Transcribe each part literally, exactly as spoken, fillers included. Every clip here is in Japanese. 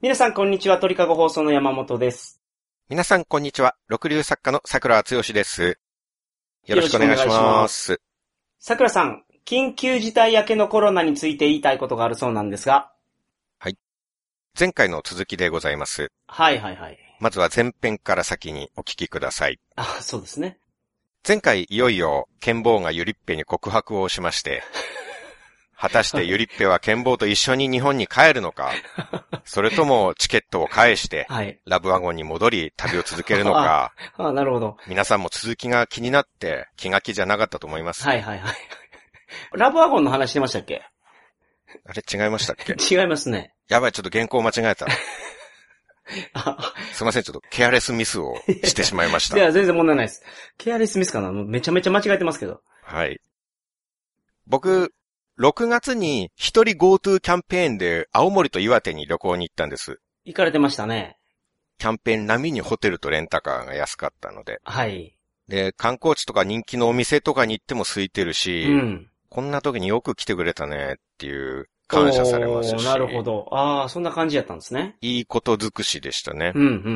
皆さんこんにちは、鳥かご放送の山本です。 皆さんこんにちは、六流作家の桜剛です。よろしくお願いします。 桜さん、緊急事態明けのコロナについて言いたいことがあるそうなんですが。 はい。前回の続きでございます。 はいはいはい。 まずは前編から先にお聞きください。 あ、そうですね。 前回いよいよ、ケンボーがユリッペに告白をしまして、果たしてユリッペはケンボーと一緒に日本に帰るのか、それともチケットを返して、はい、ラブワゴンに戻り旅を続けるのかああ、なるほど。 皆さんも続きが気になって気が気じゃなかったと思います。 はいはいはい。ラブワゴンの話してましたっけ？ あれ違いましたっけ？ 違いますね。 やばい、ちょっと原稿間違えた。すいません、ちょっとケアレスミスをしてしまいました。 いや、全然問題ないです。ケアレスミスかな？めちゃめちゃ間違えてますけど。 はい。僕、ろくがつに一人 GoTo キャンペーンで青森と岩手に旅行に行ったんです。 行かれてましたね。 キャンペーン並みにホテルとレンタカーが安かったので。 はい。 で、観光地とか人気のお店とかに行っても空いてるし、うん、こんな時によく来てくれたねっていう感謝されますし。 なるほど。ああ、そんな感じやったんですね。 いいこと尽くしでしたね。 うん、うん、うん、うん、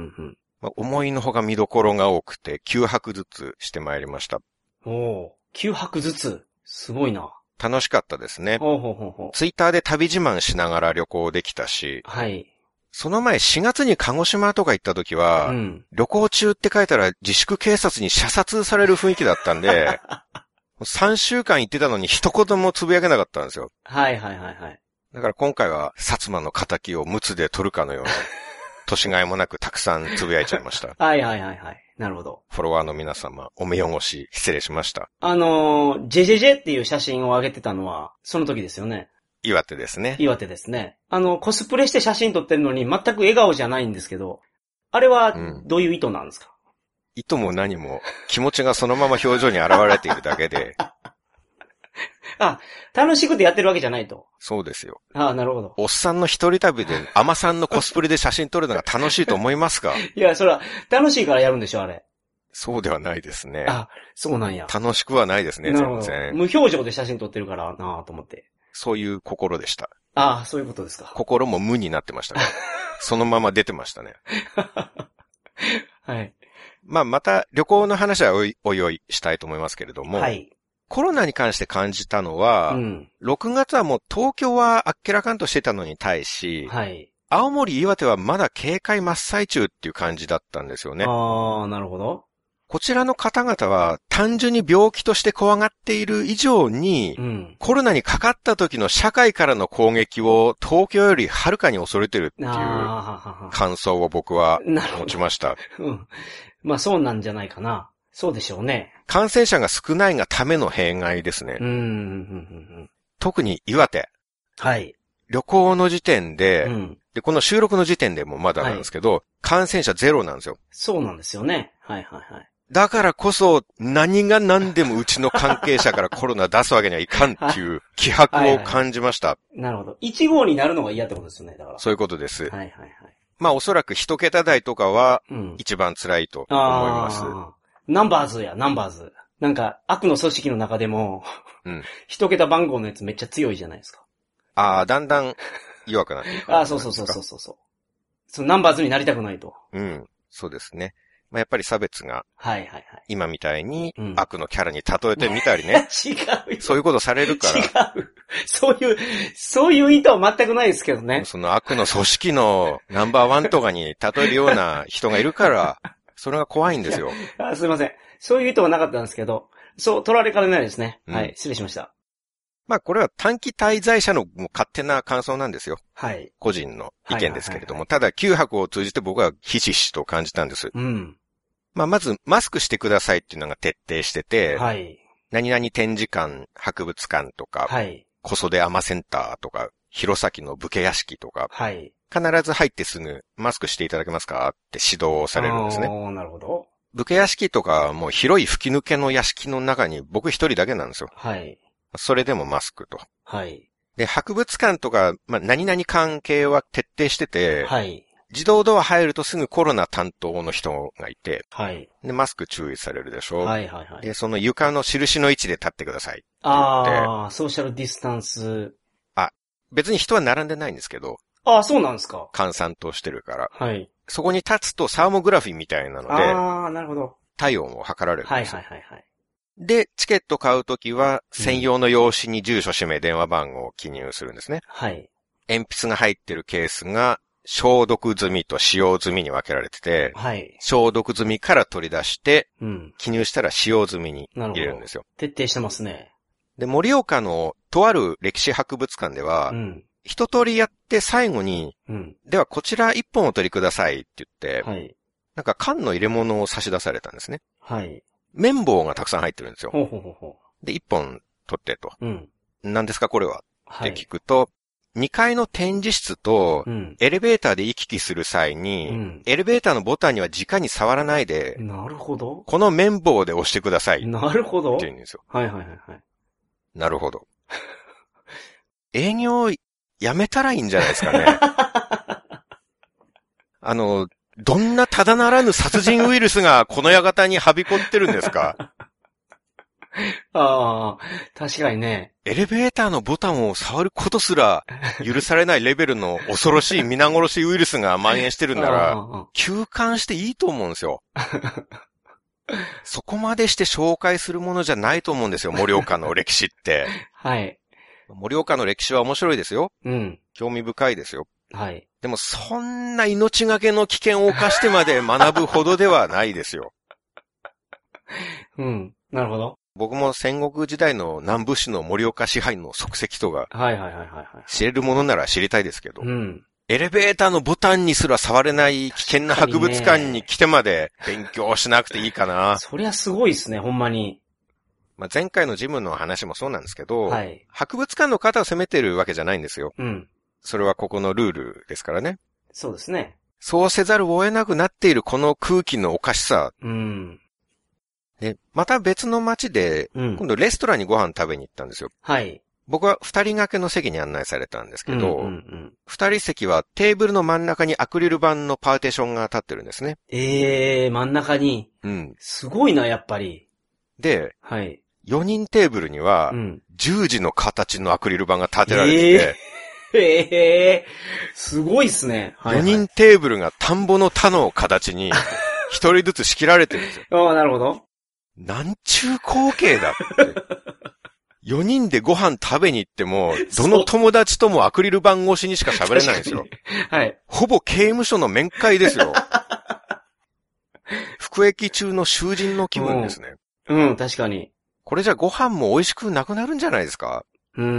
うん。 まあ、思いのほか見どころが多くてきゅうはくずつしてまいりました。 おお、きゅうはくずつ。すごいな。 楽しかったですね。 ほうほうほうほう。 ツイッターで旅自慢しながら旅行できたし。 はい。 その前しがつに鹿児島とか行った時は、うん、旅行中って書いたら自粛警察に射殺される雰囲気だったんで、さんしゅうかん行ってたのに一言もつぶやけなかったんですよ。 はいはいはいはい。 だから今回は薩摩の仇を陸奥で取るかのような、年がいもなくたくさんつぶやいちゃいました。 はいはいはいはい。なるほど。 フォロワーの皆様、お目汚し失礼しました。 あのー、ジェジェジェっていう写真を上げてたのは、その時ですよね。 岩手ですね。 岩手ですね。あの、コスプレして写真撮ってるのに全く笑顔じゃないんですけど、あれはどういう意図なんですか？ うん、意図も何も気持ちがそのまま表情に現れているだけで。 あ、楽しくてやってるわけじゃないと。 そうですよ。 ああ、なるほど。 おっさんの一人旅で、アマさんのコスプレで写真撮るのが楽しいと思いますか？ いや、それは楽しいからやるんでしょ、あれ。 そうではないですね。 あ、そうなんや。 楽しくはないですね、全然。 無表情で写真撮ってるからなぁと思って。 そういう心でした。 ああ、そういうことですか。 心も無になってましたね。そのまま出てましたね。 はい。 まあ、また旅行の話はおいおいおいしたいと思いますけれども。はい。コロナに関して感じたのは、うん、ろくがつはもう東京はあっけらかんとしてたのに対し、はい。青森、岩手はまだ警戒真っ最中っていう感じだったんですよね。 ああ、なるほど。 こちらの方々は単純に病気として怖がっている以上に、うん、コロナにかかった時の社会からの攻撃を東京よりはるかに恐れてるっていう感想を僕は持ちました。 うん、まあそうなんじゃないかな。そうでしょうね。 感染者が少ないがための弊害ですね。 うんうんうんうん、 特に岩手。 はい。 旅行の時点で、うん、で、この収録の時点でもまだなんですけど、はい、感染者ゼロなんですよ。 そうなんですよね。はいはいはい。 だからこそ何が何でもうちの関係者からコロナ出すわけにはいかんっていう気迫を感じました。はいはいはい、なるほど。いち号になるのが嫌ってことですよね。だから。 そういうことです。 はいはいはい。 まあおそらく一桁台とかは一番辛いと思います。 うんナンバーズや、ナンバーズ。なんか、悪の組織の中でも、うん。一桁番号のやつめっちゃ強いじゃないですか。 ああ、だんだん弱くなっていく。 ああ、そうそうそうそうそう。そのナンバーズになりたくないと。 うん。そうですね。まあ、やっぱり差別が、 はいはいはい。 今みたいに悪のキャラに例えてみたりね。 うん、違うよ。 そういうことされるから。 違う。そういう、そういう意図は全くないですけどね。 その悪の組織のナンバーワンとかに例えるような人がいるから、それが怖いんですよ。 あすいません。そういう意図はなかったんですけど、そう取られかねないですね。うん、はい、失礼しました。 まあこれは短期滞在者のもう勝手な感想なんですよ。 はい。 個人の意見ですけれども、ただきゅうはくを通じて僕はひしひしと感じたんです。 うん。 まあまずマスクしてくださいっていうのが徹底してて、 はい。 何々展示館、博物館とか、はい。小袖アマセンターとか、弘前の武家屋敷とか、はい。必ず入ってすぐマスクしていただけますかって指導をされるんですね。 おー、なるほど。 武家屋敷とかもう広い吹き抜けの屋敷の中に僕一人だけなんですよ。 はい。 それでもマスクと。 はい。 で、博物館とか、まあ、何々関係は徹底してて、 はい。 自動ドア入るとすぐコロナ担当の人がいて、 はい。 で、マスク注意されるでしょ。 はいはいはい。 で、その床の印の位置で立ってくださいって言って。 ああ、ソーシャルディスタンス。 あ、別に人は並んでないんですけど、 ああ、そうなんですか。 閑散としてるから。 はい。 そこに立つとサーモグラフィーみたいなので、 ああ、なるほど。 体温を測られるんですよ。 はいはいはいはい。 で、チケット買うときは、専用の用紙に住所、氏名、電話番号を記入するんですね。 はい。 鉛筆が入ってるケースが、消毒済みと使用済みに分けられてて、 はい。 消毒済みから取り出して、 うん、 記入したら使用済みに入れるんですよ。 徹底してますね。 で、盛岡のとある歴史博物館では、うん、一通りやって最後に、うん、ではこちら一本お取りくださいって言って、はい、なんか缶の入れ物を差し出されたんですね。はい。綿棒がたくさん入ってるんですよ。ほうほうほうほう。で、一本取ってと。うん。何ですかこれは、はい、って聞くと、にかいの展示室と、エレベーターで行き来する際に、うん、エレベーターのボタンには直に触らないで、 なるほど。 この綿棒で押してください。 なるほど。 って言うんですよ。 はいはいはいはい。 なるほど。営業やめたらいいんじゃないですかね。あの、どんなただならぬ殺人ウイルスがこの館にはびこってるんですか？ ああ、確かにね。 エレベーターのボタンを触ることすら許されないレベルの恐ろしい皆殺しウイルスが蔓延してるんなら、休館していいと思うんですよ。そこまでして紹介するものじゃないと思うんですよ、盛岡の歴史って。はい。盛岡の歴史は面白いですよ。うん。興味深いですよ。はい。でもそんな命がけの危険を冒してまで学ぶほどではないですよ。 うん。なるほど。 僕も戦国時代の南部市の盛岡支配の足跡とか、はいはいはいはい、はい。知れるものなら知りたいですけど、うん。エレベーターのボタンにすら触れない危険な博物館に来てまで勉強しなくていいかな。 そりゃすごいですね、ほんまに。 まあ、前回のジムの話もそうなんですけど、はい、博物館の方を責めてるわけじゃないんですよ。うん。それはここのルールですからね。 そうですね。 そうせざるを得なくなっているこの空気のおかしさ。うん。で、また別の街で、うん、今度レストランにご飯食べに行ったんですよ。はい。僕は二人掛けの席に案内されたんですけど、うんうんうん、二人席はテーブルの真ん中にアクリル板のパーテーションが立ってるんですね。 ええー、真ん中に。うん。すごいな、やっぱり。 で、はい。よにんテーブルには、うん、十字の形のアクリル板が立てられてて、 えー、えー、すごいっすね。 はいはい、よにんテーブルが田んぼの田の形に、一人ずつ仕切られてるんですよ。 ああ、なるほど。 なんちゅう光景だって。よにんでご飯食べに行っても、どの友達ともアクリル板越しにしか喋れないんですよ。はい。ほぼ刑務所の面会ですよ。服役中の囚人の気分ですね。 うん、うん、確かに。 これじゃご飯も美味しくなくなるんじゃないですか？ うん、うん、うん。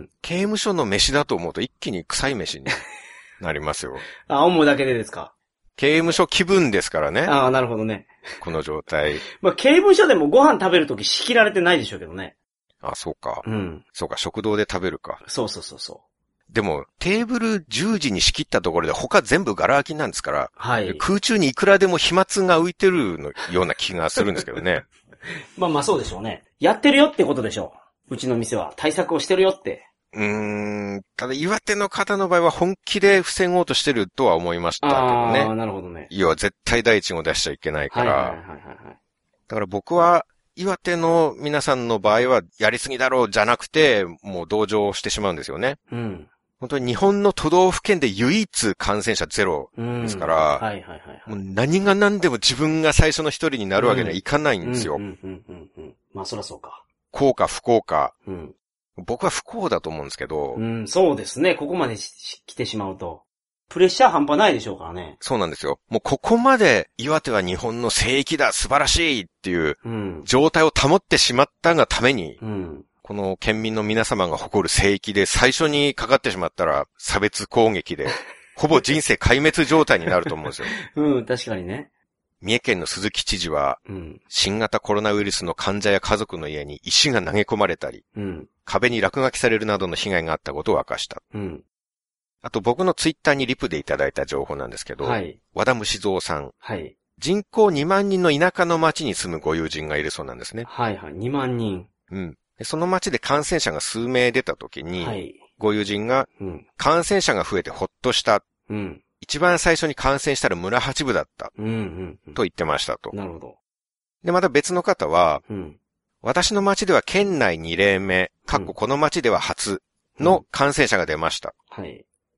刑務所の飯だと思うと一気に臭い飯になりますよ。 あ、思うだけでですか？ 刑務所気分ですからね。 ああ、なるほどね。 この状態。 まあ、刑務所でもご飯食べるとき仕切られてないでしょうけどね。 あ、そうか。うん。そうか、食堂で食べるか。 そうそうそうそう。 でも、テーブル十字に仕切ったところで他全部ガラ空きなんですから、はい。空中にいくらでも飛沫が浮いてるのような気がするんですけどね。 まあまあそうでしょうね。やってるよってことでしょう。うちの店は。対策をしてるよって。 うーん。ただ、岩手の方の場合は本気で防ごうとしてるとは思いましたけどね。 ああ、なるほどね。 要は絶対第一号出しちゃいけないから。はいはいはいはい、はい。だから僕は、岩手の皆さんの場合は、やりすぎだろうじゃなくて、もう同情してしまうんですよね。うん。本当に日本の都道府県で唯一感染者ゼロですから、はいはいはい、もう何が何でも自分が最初の一人になるわけにはいかないんですよ。うんうんうんうんうん、 まあそらそうか。 幸か不幸か。うん、僕は不幸だと思うんですけど。 うん、そうですね。ここまで来てしまうと。プレッシャー半端ないでしょうからね。 そうなんですよ。もうここまで岩手は日本の聖域だ、素晴らしいっていう状態を保ってしまったがために、うん、この県民の皆様が誇る聖域で最初にかかってしまったら差別攻撃で、ほぼ人生壊滅状態になると思うんですよ。 うん、確かにね。 三重県の鈴木知事は、うん、新型コロナウイルスの患者や家族の家に石が投げ込まれたり、うん、壁に落書きされるなどの被害があったことを明かした。うん、あと僕のツイッターにリプでいただいた情報なんですけど、はい、和田虫蔵さん、はい、人口にまんにんの田舎の町に住むご友人がいるそうなんですね。 はいはい、にまんにん。 うん。でその町で感染者が数名出た時に、はい、ご友人が、うん、感染者が増えてほっとした。うん、一番最初に感染したら村八分だった。うんうんうん、と言ってましたと。 なるほど。 で、また別の方は、うん、私の町では県内に例目、かっここの町では初の感染者が出ました。うん、はい。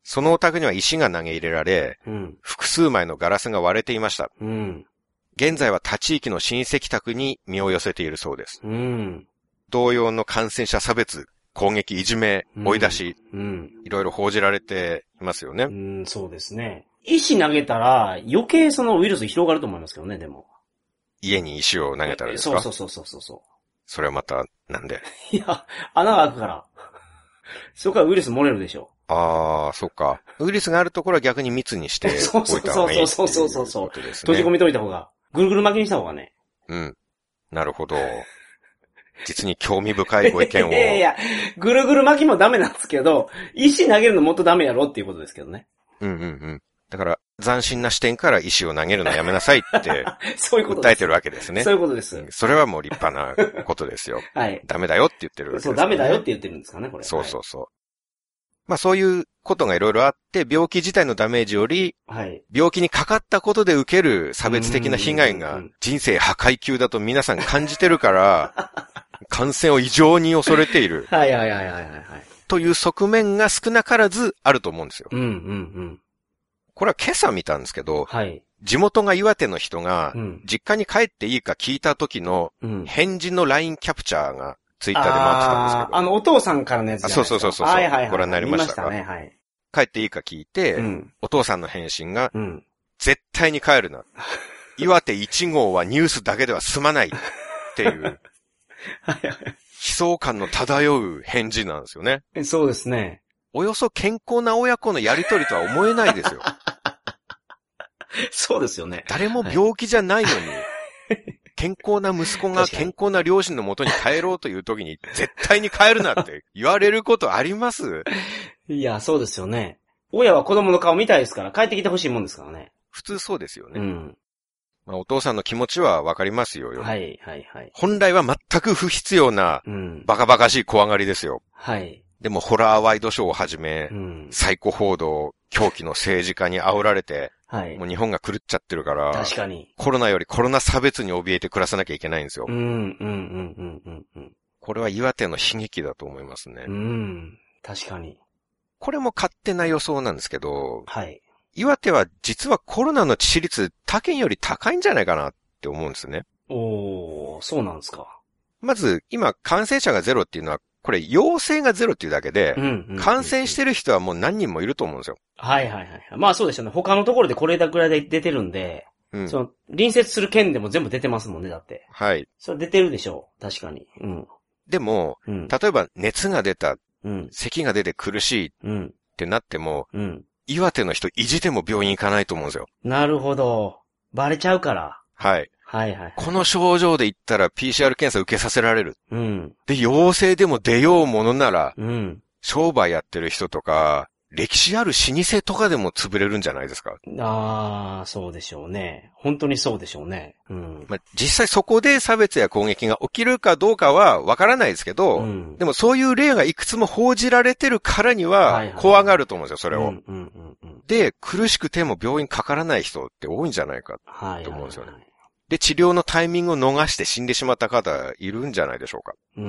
そのお宅には石が投げ入れられ、うん、複数枚のガラスが割れていました。うん、現在は他地域の親戚宅に身を寄せているそうです。うん、同様の感染者差別、攻撃、いじめ、追い出し、うんうん、いろいろ報じられていますよね。 うん、そうですね。石投げたら余計そのウイルス広がると思いますけどね、でも。 家に石を投げたらですか？ そうそうそうそうそう。 それはまた、なんで？ いや、穴が開くから。そこからウイルス漏れるでしょ。 ああ、そっか。ウイルスがあるところは逆に密にしておいた方がいいっていうことですね。そうそうそうそうそう。 閉じ込めといた方が。ぐるぐる巻きにした方がね。 うん。なるほど。実に興味深いご意見を。 いやいや、ぐるぐる巻きもダメなんですけど、石投げるのもっとダメやろっていうことですけどね。 うんうんうん。だから、斬新な視点から石を投げるのやめなさいって、 そういうこと訴えてるわけですね。 そういうことです。 それはもう立派なことですよ。はい。ダメだよって言ってるわけです、ね。 そう、ダメだよって言ってるんですかね、これ。 そうそうそう。はい、まあそういうことがいろいろあって、病気自体のダメージより、はい、病気にかかったことで受ける差別的な被害が人生破壊級だと皆さん感じてるから、感染を異常に恐れている。 はいはいはいはいはい。 という側面が少なからずあると思うんですよ。 うんうんうん。 これは今朝見たんですけど、はい、地元が岩手の人が、実家に帰っていいか聞いた時の返事の ライン キャプチャーがツイッターで回ってたんですけど。 あ, あの、お父さんからのやつじゃないですか。 そうそうそうそう。はいはいはい。ご覧になりましたか？ 見ましたね、はい。 帰っていいか聞いて、うん、お父さんの返信が、うん、絶対に帰るな。岩手いち号はニュースだけでは済まないっていう、はいはい、悲壮感の漂う返事なんですよね。 そうですね。 およそ健康な親子のやりとりとは思えないですよ。 そうですよね。 誰も病気じゃないのに、はい、健康な息子が健康な両親のもとに帰ろうという時に絶対に帰るなって言われることあります？ いや、そうですよね。親は子供の顔見たいですから帰ってきてほしいもんですからね。 普通そうですよね。うん。まあ、お父さんの気持ちはわかりますよ。 はいはいはい。 本来は全く不必要な、バカバカしい怖がりですよ。はい。でもホラーワイドショーをはじめ、うん、サイコ報道、狂気の政治家に煽られて、はい、もう日本が狂っちゃってるから、 確かに。 コロナよりコロナ差別に怯えて暮らさなきゃいけないんですよ。 うん、うん、うん、うん、うん。 これは岩手の悲劇だと思いますね。 うん、確かに。 これも勝手な予想なんですけど、はい。岩手は実はコロナの致死率他県より高いんじゃないかなって思うんですね。 おー、そうなんですか。 まず、今感染者がゼロっていうのは、これ陽性がゼロっていうだけで、感染してる人はもう何人もいると思うんですよ。 はいはいはい。まあそうでしょうね。他のところでこれだくらいで出てるんで、うん、その隣接する県でも全部出てますもんね、だって。はい。それ出てるでしょう。確かに。うん。 でも、うん、例えば熱が出た、うん、咳が出て苦しいってなっても、うん、岩手の人意地でも病院行かないと思うんですよ。 なるほど。バレちゃうから。 はい。 はいはい、はい。 この症状で言ったら ピーシーアール 検査受けさせられる。うん。で、陽性でも出ようものなら、うん。商売やってる人とか、歴史ある老舗とかでも潰れるんじゃないですか。 ああ、そうでしょうね。本当にそうでしょうね。うん。 まあ、実際そこで差別や攻撃が起きるかどうかはわからないですけど、うん、でもそういう例がいくつも報じられてるからには、怖がると思うんですよ、それを。うんうんうんうん、で、苦しくても病院かからない人って多いんじゃないかと思うんですよね。はいはいはい、で、治療のタイミングを逃して死んでしまった方いるんじゃないでしょうか。うん。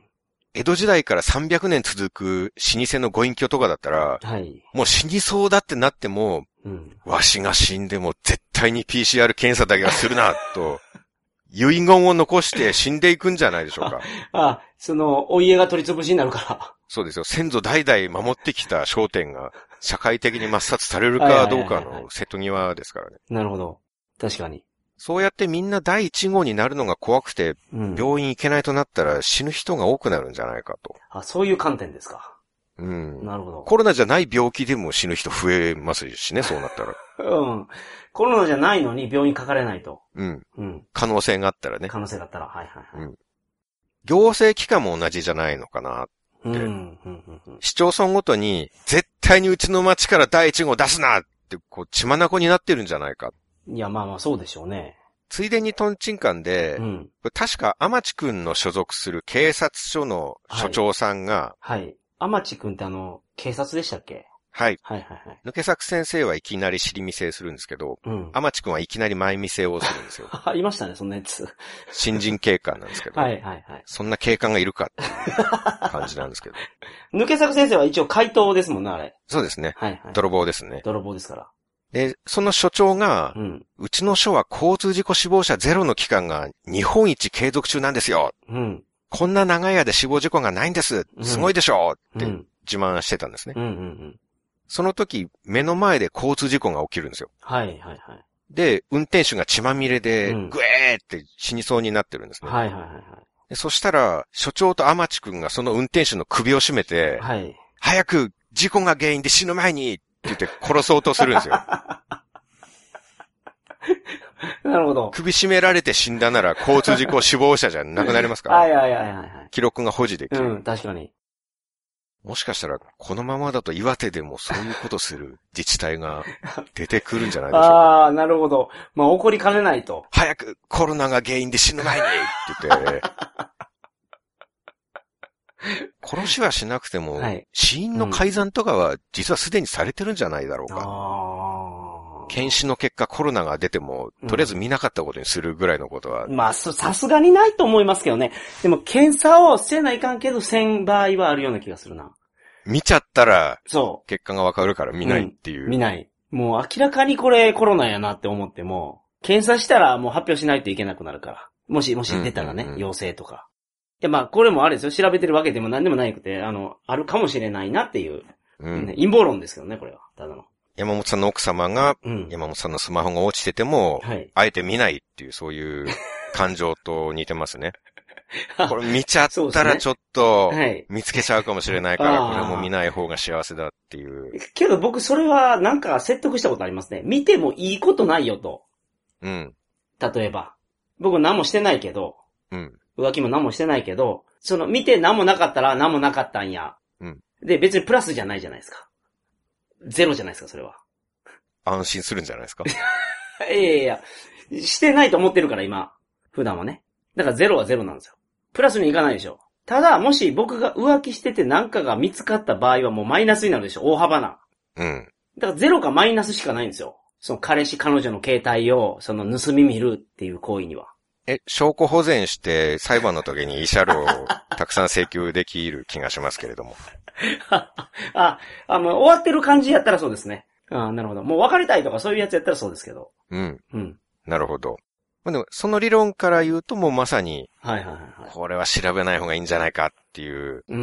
江戸時代からさんびゃくねん続く老舗のご隠居とかだったら、はい、もう死にそうだってなっても、うん、わしが死んでも絶対に ピーシーアール 検査だけはするな、と、遺言を残して死んでいくんじゃないでしょうか。 ああ、その、お家が取り潰しになるから。 そうですよ。先祖代々守ってきた商店が社会的に抹殺されるかどうかの瀬戸際ですからね。 なるほど。確かに。 そうやってみんな第一号になるのが怖くて、病院行けないとなったら死ぬ人が多くなるんじゃないかと。 あ、そういう観点ですか。 うん。なるほど。コロナじゃない病気でも死ぬ人増えますしね、そうなったら。 うん。コロナじゃないのに病院かかれないと。 うん。うん。可能性があったらね。 可能性があったら、はいはいはい。うん。 行政機関も同じじゃないのかなって。うん。うんうんうん、市町村ごとに、絶対にうちの町から第一号出すなって、こう、血眼になってるんじゃないか。 いや、まあまあそうでしょうね。 ついでにトンチンカンで、うん、確か天地くんの所属する警察署の署長さんが、 はい。はい。天地くんってあの、警察でしたっけ？ はい。 はいはいはい。 抜け作先生はいきなり尻見せするんですけど、うん。天地くんはいきなり前見せをするんですよ。 ありましたね、そんなやつ。 新人警官なんですけど。 はいはいはい。 そんな警官がいるかっていう感じなんですけど。 抜け作先生は一応怪盗ですもんね、あれ。 そうですね。 はいはい。 泥棒ですね。 泥棒ですから。 で、その所長が、うん、うちの署は交通事故死亡者ゼロの期間が日本一継続中なんですよ。うん。こんな長い間で死亡事故がないんです。すごいでしょう、うん、って自慢してたんですね。うんうんうん、その時、目の前で交通事故が起きるんですよ。 はいはいはい。 で、運転手が血まみれで、グエーって死にそうになってるんですね。 はいはいはい。 でそしたら、所長と天地くんがその運転手の首を絞めて、はい、早く事故が原因で死ぬ前にって言って殺そうとするんですよ。 なるほど。 首絞められて死んだなら交通事故死亡者じゃなくなりますから。 はいはいはいはい。 記録が保持できる。 うん、確かに。 もしかしたら、このままだと岩手でもそういうことする自治体が出てくるんじゃないでしょうか。 ああ、なるほど。まあ、起こりかねないと。 早くコロナが原因で死ぬ前にって言って、殺しはしなくても、はい、死因の改ざんとかは実はすでにされてるんじゃないだろうか。あ検視の結果コロナが出ても、とりあえず見なかったことにするぐらいのことは。 うん、まあ、さすがにないと思いますけどね。でも、検査をせないかんけど、せん場合はあるような気がするな。 見ちゃったら、そう。結果がわかるから見ないっていう、 うん。見ない。もう明らかにこれコロナやなって思っても、検査したらもう発表しないといけなくなるから。もし、もし出たらね、うんうんうん、陽性とか。いや、まあ、これもあれですよ。調べてるわけでも何でもないくて、あの、あるかもしれないなっていう、うん、陰謀論ですけどね、これは。ただの。 山本さんの奥様が、うん、山本さんのスマホが落ちてても、はい、あえて見ないっていう、そういう感情と似てますね。これ見ちゃったらちょっと、見つけちゃうかもしれないから、これも見ない方が幸せだっていう。 けど僕それはなんか説得したことありますね。見てもいいことないよと。うん。例えば。僕何もしてないけど、うん。浮気も何もしてないけど、その見て何もなかったら何もなかったんや。うん。で、別にプラスじゃないじゃないですか。ゼロじゃないですか、それは。 安心するんじゃないですか。 いやいや、してないと思ってるから今。普段はね。だからゼロはゼロなんですよ。プラスにいかないでしょ。ただ、もし僕が浮気してて何かが見つかった場合はもうマイナスになるでしょ。大幅な。うん。だからゼロかマイナスしかないんですよ。その彼氏、彼女の携帯を、その盗み見るっていう行為には。 え、証拠保全して裁判の時に慰謝料をたくさん請求できる気がしますけれども。 あ、あ、もう終わってる感じやったらそうですね。あ、なるほど。もう別れたいとかそういうやつやったらそうですけど。 うん。うん。なるほど。でも、その理論から言うともうまさに、はいはいはい。これは調べない方がいいんじゃないかっていう。 うん。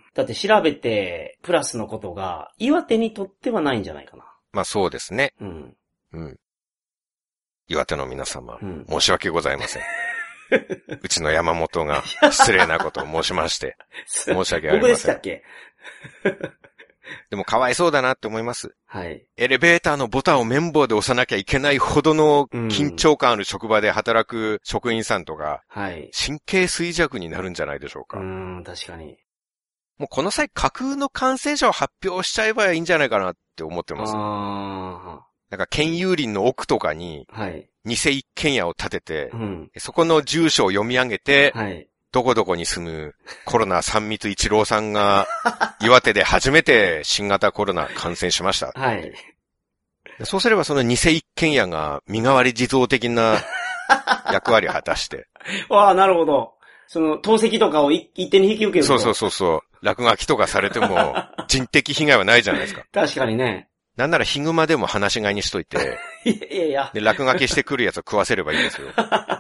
だって調べて、プラスのことが、岩手にとってはないんじゃないかな。 まあそうですね。うん。うん。岩手の皆様、うん、申し訳ございません。うちの山本が失礼なことを申しまして、申し訳ありません。 僕でしたっけでもかわいそうだなって思います。はい。エレベーターのボタンを綿棒で押さなきゃいけないほどの緊張感ある職場で働く職員さんとか、はい。神経衰弱になるんじゃないでしょうか。 うん、確かに。 もうこの際架空の感染者を発表しちゃえばいいんじゃないかなって思ってます。ああ。なんか県有林の奥とかに、はい。偽一軒家を建てて、うん。そこの住所を読み上げて、はい。どこどこに住むコロナ三密一郎さんが岩手で初めて新型コロナ感染しました。はい。そうすればその偽一軒家が身代わり地蔵的な役割を果たして。 わあ、なるほど。その透析とかを一手に引き受けると。 そうそうそうそう。落書きとかされても人的被害はないじゃないですか。 確かにね。 なんならヒグマでも放し飼いにしといて。いやいやいや。で、落書きしてくるやつを食わせればいいんですよ。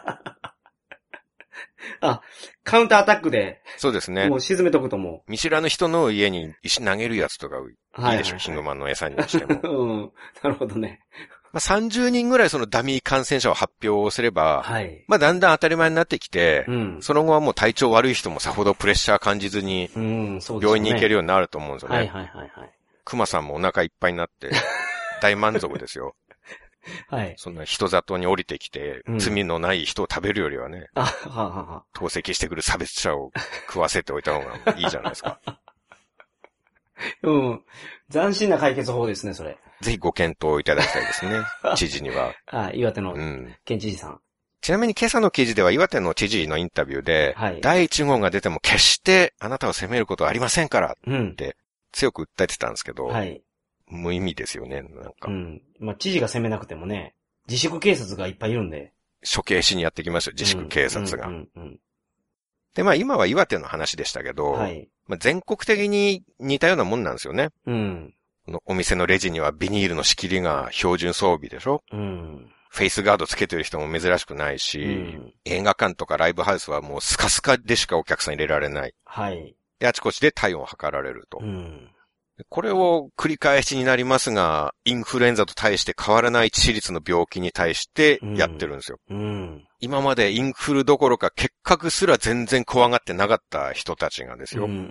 あ、カウンターアタックで。 そうですね。 もう沈めとくとも。 見知らぬ人の家に石投げるやつとかいいでしょ、ヒグマの餌にしても。 うん。なるほどね。 まあ、さんじゅうにんぐらいそのダミー感染者を発表すれば、はい。まあ、だんだん当たり前になってきて、うん。その後はもう体調悪い人もさほどプレッシャー感じずに、うん、そうですね。病院に行けるようになると思うんですよね。はいはいはいはい。熊さんもお腹いっぱいになって、大満足ですよ。はい。そんな人里に降りてきて、うん、罪のない人を食べるよりはね、あははは透析してくる差別者を食わせておいた方がいいじゃないですか。 うん。斬新な解決法ですね、それ。 ぜひご検討いただきたいですね。知事には。 あ、岩手の県知事さん、うん。 ちなみに今朝の記事では岩手の知事のインタビューで、はい、だいいち号が出ても決してあなたを責めることはありませんからって強く訴えてたんですけど、はい、 無意味ですよね、なんか。 うん。まあ、知事が責めなくてもね、自粛警察がいっぱいいるんで。 処刑しにやってきますよ、自粛警察が。 うんうんうんうん、 で、まあ今は岩手の話でしたけど、はい、まあ、全国的に似たようなもんなんですよね。うん。このお店のレジにはビニールの仕切りが標準装備でしょ。うん。フェイスガードつけてる人も珍しくないし、うん、映画館とかライブハウスはもうスカスカでしかお客さん入れられない。はい。で、あちこちで体温を測られると。うん。これを繰り返しになりますが、インフルエンザと対して変わらない致死率の病気に対してやってるんですよ。うんうん、今までインフルどころか結核すら全然怖がってなかった人たちがですよ。うんうんうん、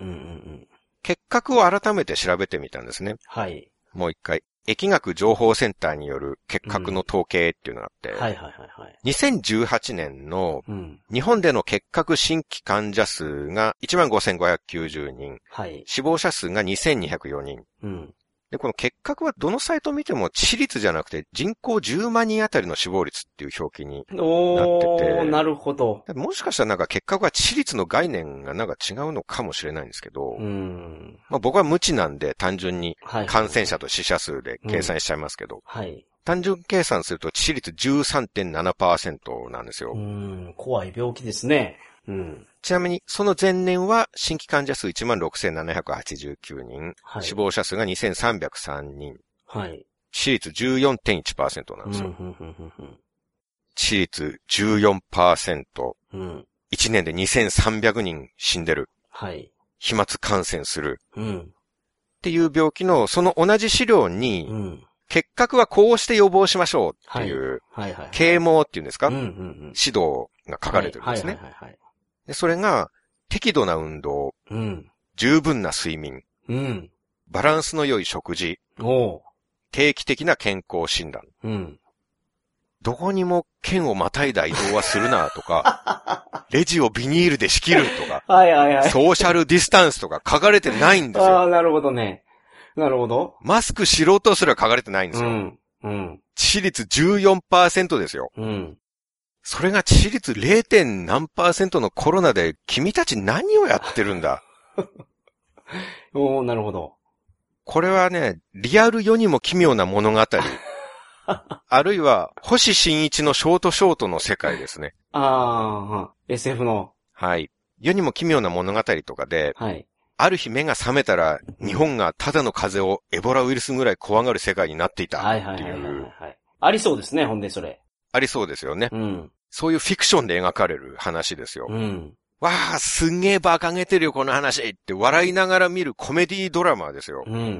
結核を改めて調べてみたんですね。はい。もう一回。疫学情報センターによる結核の統計っていうのがあって、うん、はいはいはいはい。にせんじゅうはちねんの日本での結核新規患者数が いちまんごせんごひゃくきゅうじゅうにん、はい、死亡者数がにせんにひゃくよにん、うん、で、この結核はどのサイト見ても致死率じゃなくて人口じゅうまんにんあたりの死亡率っていう表記になってて。おー、なるほど。 もしかしたらなんか結核は致死率の概念がなんか違うのかもしれないんですけど、うんまあ、僕は無知なんで単純に感染者と死者数で計算しちゃいますけど、はいはいはい、単純計算すると致死率 じゅうさんてんななパーセント なんですよ。 うん、怖い病気ですね。うん、 ちなみに、その前年は新規患者数 いちまんろくせんななひゃくはちじゅうきゅうにん、はい、死亡者数がにせんさんびゃくさんにん、はい、致死率 じゅうよんてんいちパーセント なんですよ。うんうんうんうん、致死率 じゅうよんパーセント、うん、いちねんでにせんさんびゃくにん死んでる。はい、飛沫感染する。うん、っていう病気のその同じ資料に、うん、結核はこうして予防しましょうっていう、はいはいはいはい、啓蒙っていうんですか、うんうんうん、指導が書かれてるんですね。はいはいはいはい、でそれが、適度な運動、うん、十分な睡眠、うん、バランスの良い食事、お定期的な健康診断、うん、どこにも県をまたいだ移動はするなとか、レジをビニールで仕切るとか、はいはいはい、ソーシャルディスタンスとか書かれてないんですよ。 ああ、なるほどね。なるほど。 マスクしろとすら書かれてないんですよ。うんうん、致死率 じゅうよんパーセント ですよ。うんそれが致死率 れい. 点何パーセントのコロナで君たち何をやってるんだおー、なるほど。 これはね、リアル世にも奇妙な物語。あるいは、星新一のショートショートの世界ですね。 ああ、エスエフ の。 はい。世にも奇妙な物語とかで、はい。ある日目が覚めたら、日本がただの風邪をエボラウイルスぐらい怖がる世界になっていたっていう。はいはいはいはい、はい。 ありそうですね、ほんでそれ。 ありそうですよね。うん。そういうフィクションで描かれる話ですよ。うん。わあ、すんげえ馬鹿げてるよ、この話って笑いながら見るコメディドラマですよ。うんうんうんうん。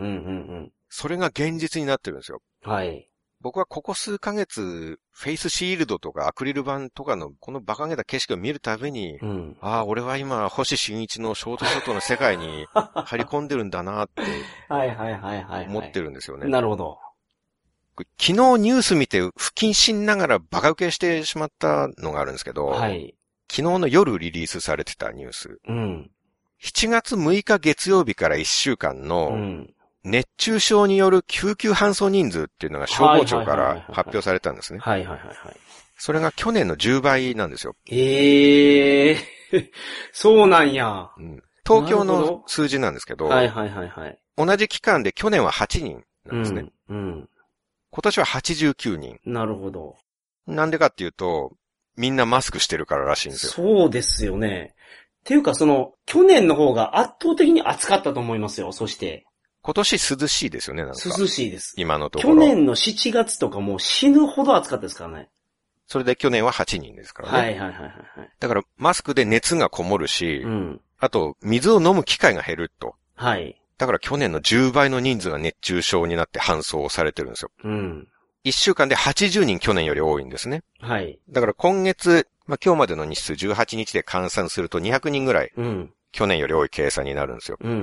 それが現実になってるんですよ。はい。僕はここ数ヶ月、フェイスシールドとかアクリル板とかのこの馬鹿げた景色を見るたびに、うん、ああ、俺は今、星新一のショートショートの世界に張り込んでるんだなって、はいはいはいはい。思ってるんですよね。 なるほど。 昨日ニュース見て不謹慎ながらバカ受けしてしまったのがあるんですけど、はい、昨日の夜リリースされてたニュース、うん、しちがつむいか月曜日からいっしゅうかんの熱中症による救急搬送人数っていうのが消防庁から発表されたんですね。はいはいはいはい。それが去年のじゅうばいなんですよ。 ええー、そうなんや、 うん。東京の数字なんですけど、はいはいはいはい。同じ期間で去年ははちにんなんですね。うん、うん今年ははちじゅうきゅうにん。 なるほど。 なんでかっていうと、みんなマスクしてるかららしいんですよ。 そうですよね。っていうかその、去年の方が圧倒的に暑かったと思いますよ、そして。 今年涼しいですよね、なんか。 涼しいです。 今のところ。 去年のしちがつとかもう死ぬほど暑かったですからね。 それで去年ははちにんですからね。はいはいはいはい。だからマスクで熱がこもるし、うん、あと水を飲む機会が減ると。はい。だから去年のじゅうばいの人数が熱中症になって搬送されてるんですよ。うん。いっしゅうかんではちじゅうにん去年より多いんですね。はい。だから今月、まあ、今日までの日数じゅうはちにちで換算するとにひゃくにんぐらい、うん、去年より多い計算になるんですよ。うん、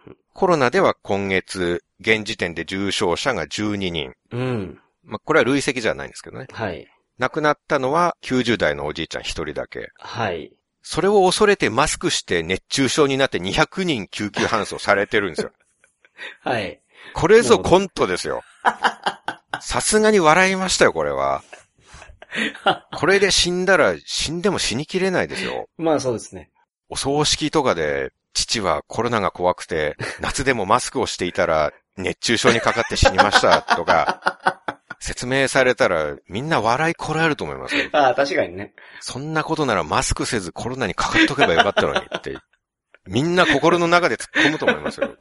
コロナでは今月、現時点で重症者がじゅうににん。うん。まあ、これは累積じゃないんですけどね。はい。亡くなったのはきゅうじゅうだいのおじいちゃんひとりだけ。はい。それを恐れてマスクして熱中症になってにひゃくにん救急搬送されてるんですよ。はい。これぞコントですよ。さすがに笑いましたよ、これは。これで死んだら死んでも死にきれないですよ。 まあそうですね。 お葬式とかで父はコロナが怖くて夏でもマスクをしていたら熱中症にかかって死にましたとか、説明されたらみんな笑いこらえると思いますよ。 ああ、確かにね。 そんなことならマスクせずコロナにかかっとけばよかったのにって、みんな心の中で突っ込むと思いますよ。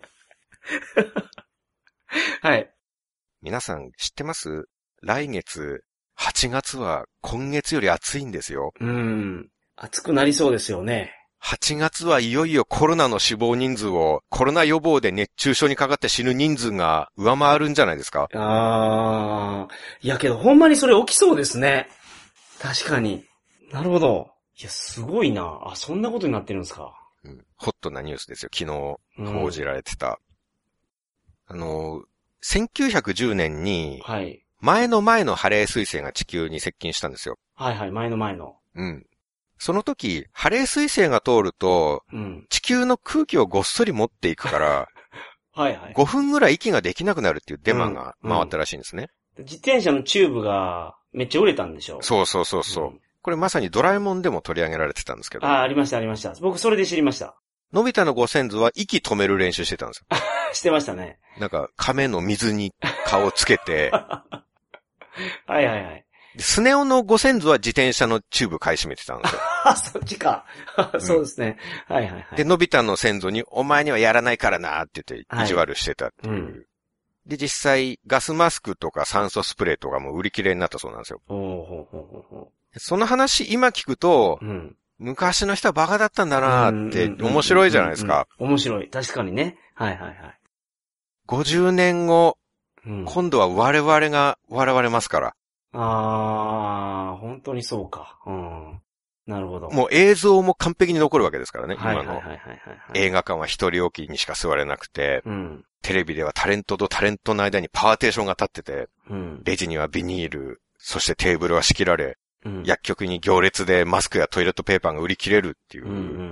はい。 皆さん知ってます？来月、はちがつは今月より暑いんですよ。 うーん。暑くなりそうですよね。 はちがつはいよいよコロナの死亡人数を、コロナ予防で熱中症にかかって死ぬ人数が上回るんじゃないですか？ あー。いやけどほんまにそれ起きそうですね。確かに。なるほど。いや、すごいな。あ、そんなことになってるんですか。 うん、ホットなニュースですよ。昨日報じられてた。うん、あの、せんきゅうひゃくじゅうねんに、はい。前の前のハレー彗星が地球に接近したんですよ。 はいはい、前の前の。 うん。その時、ハレー彗星が通ると、うん、地球の空気をごっそり持っていくから、はいはい。ごふんぐらい息ができなくなるっていうデマが回ったらしいんですね。 うんうん、自転車のチューブがめっちゃ売れたんでしょ？ そうそうそうそう、うん。これまさにドラえもんでも取り上げられてたんですけど。 ああ、ありましたありました。僕それで知りました。 のび太のご先祖は息止める練習してたんですよ。 してましたね。 なんか、亀の水に顔つけて。 はいはいはい。 スネ夫のご先祖は自転車のチューブ買い占めてたんですよ。 あ、そっちか。そうですね、うん。はいはいはい。 で、のび太の先祖に、お前にはやらないからなって言って意地悪してたっていう。はい、うん、で、実際、ガスマスクとか酸素スプレーとかも売り切れになったそうなんですよ。ほうほうほうほうほう。その話今聞くと、うん、昔の人はバカだったんだなーって面白いじゃないですか。 面白い。確かにね。はいはいはい。 ごじゅうねんご、うん、今度は我々が笑われますから。 あー、本当にそうか。うん。なるほど。 もう映像も完璧に残るわけですからね、今の。映画館は一人置きにしか座れなくて、うん、テレビではタレントとタレントの間にパーテーションが立ってて、うん、レジにはビニール、そしてテーブルは仕切られ、うん、薬局に行列でマスクやトイレットペーパーが売り切れるっていう。うんうんうんうん、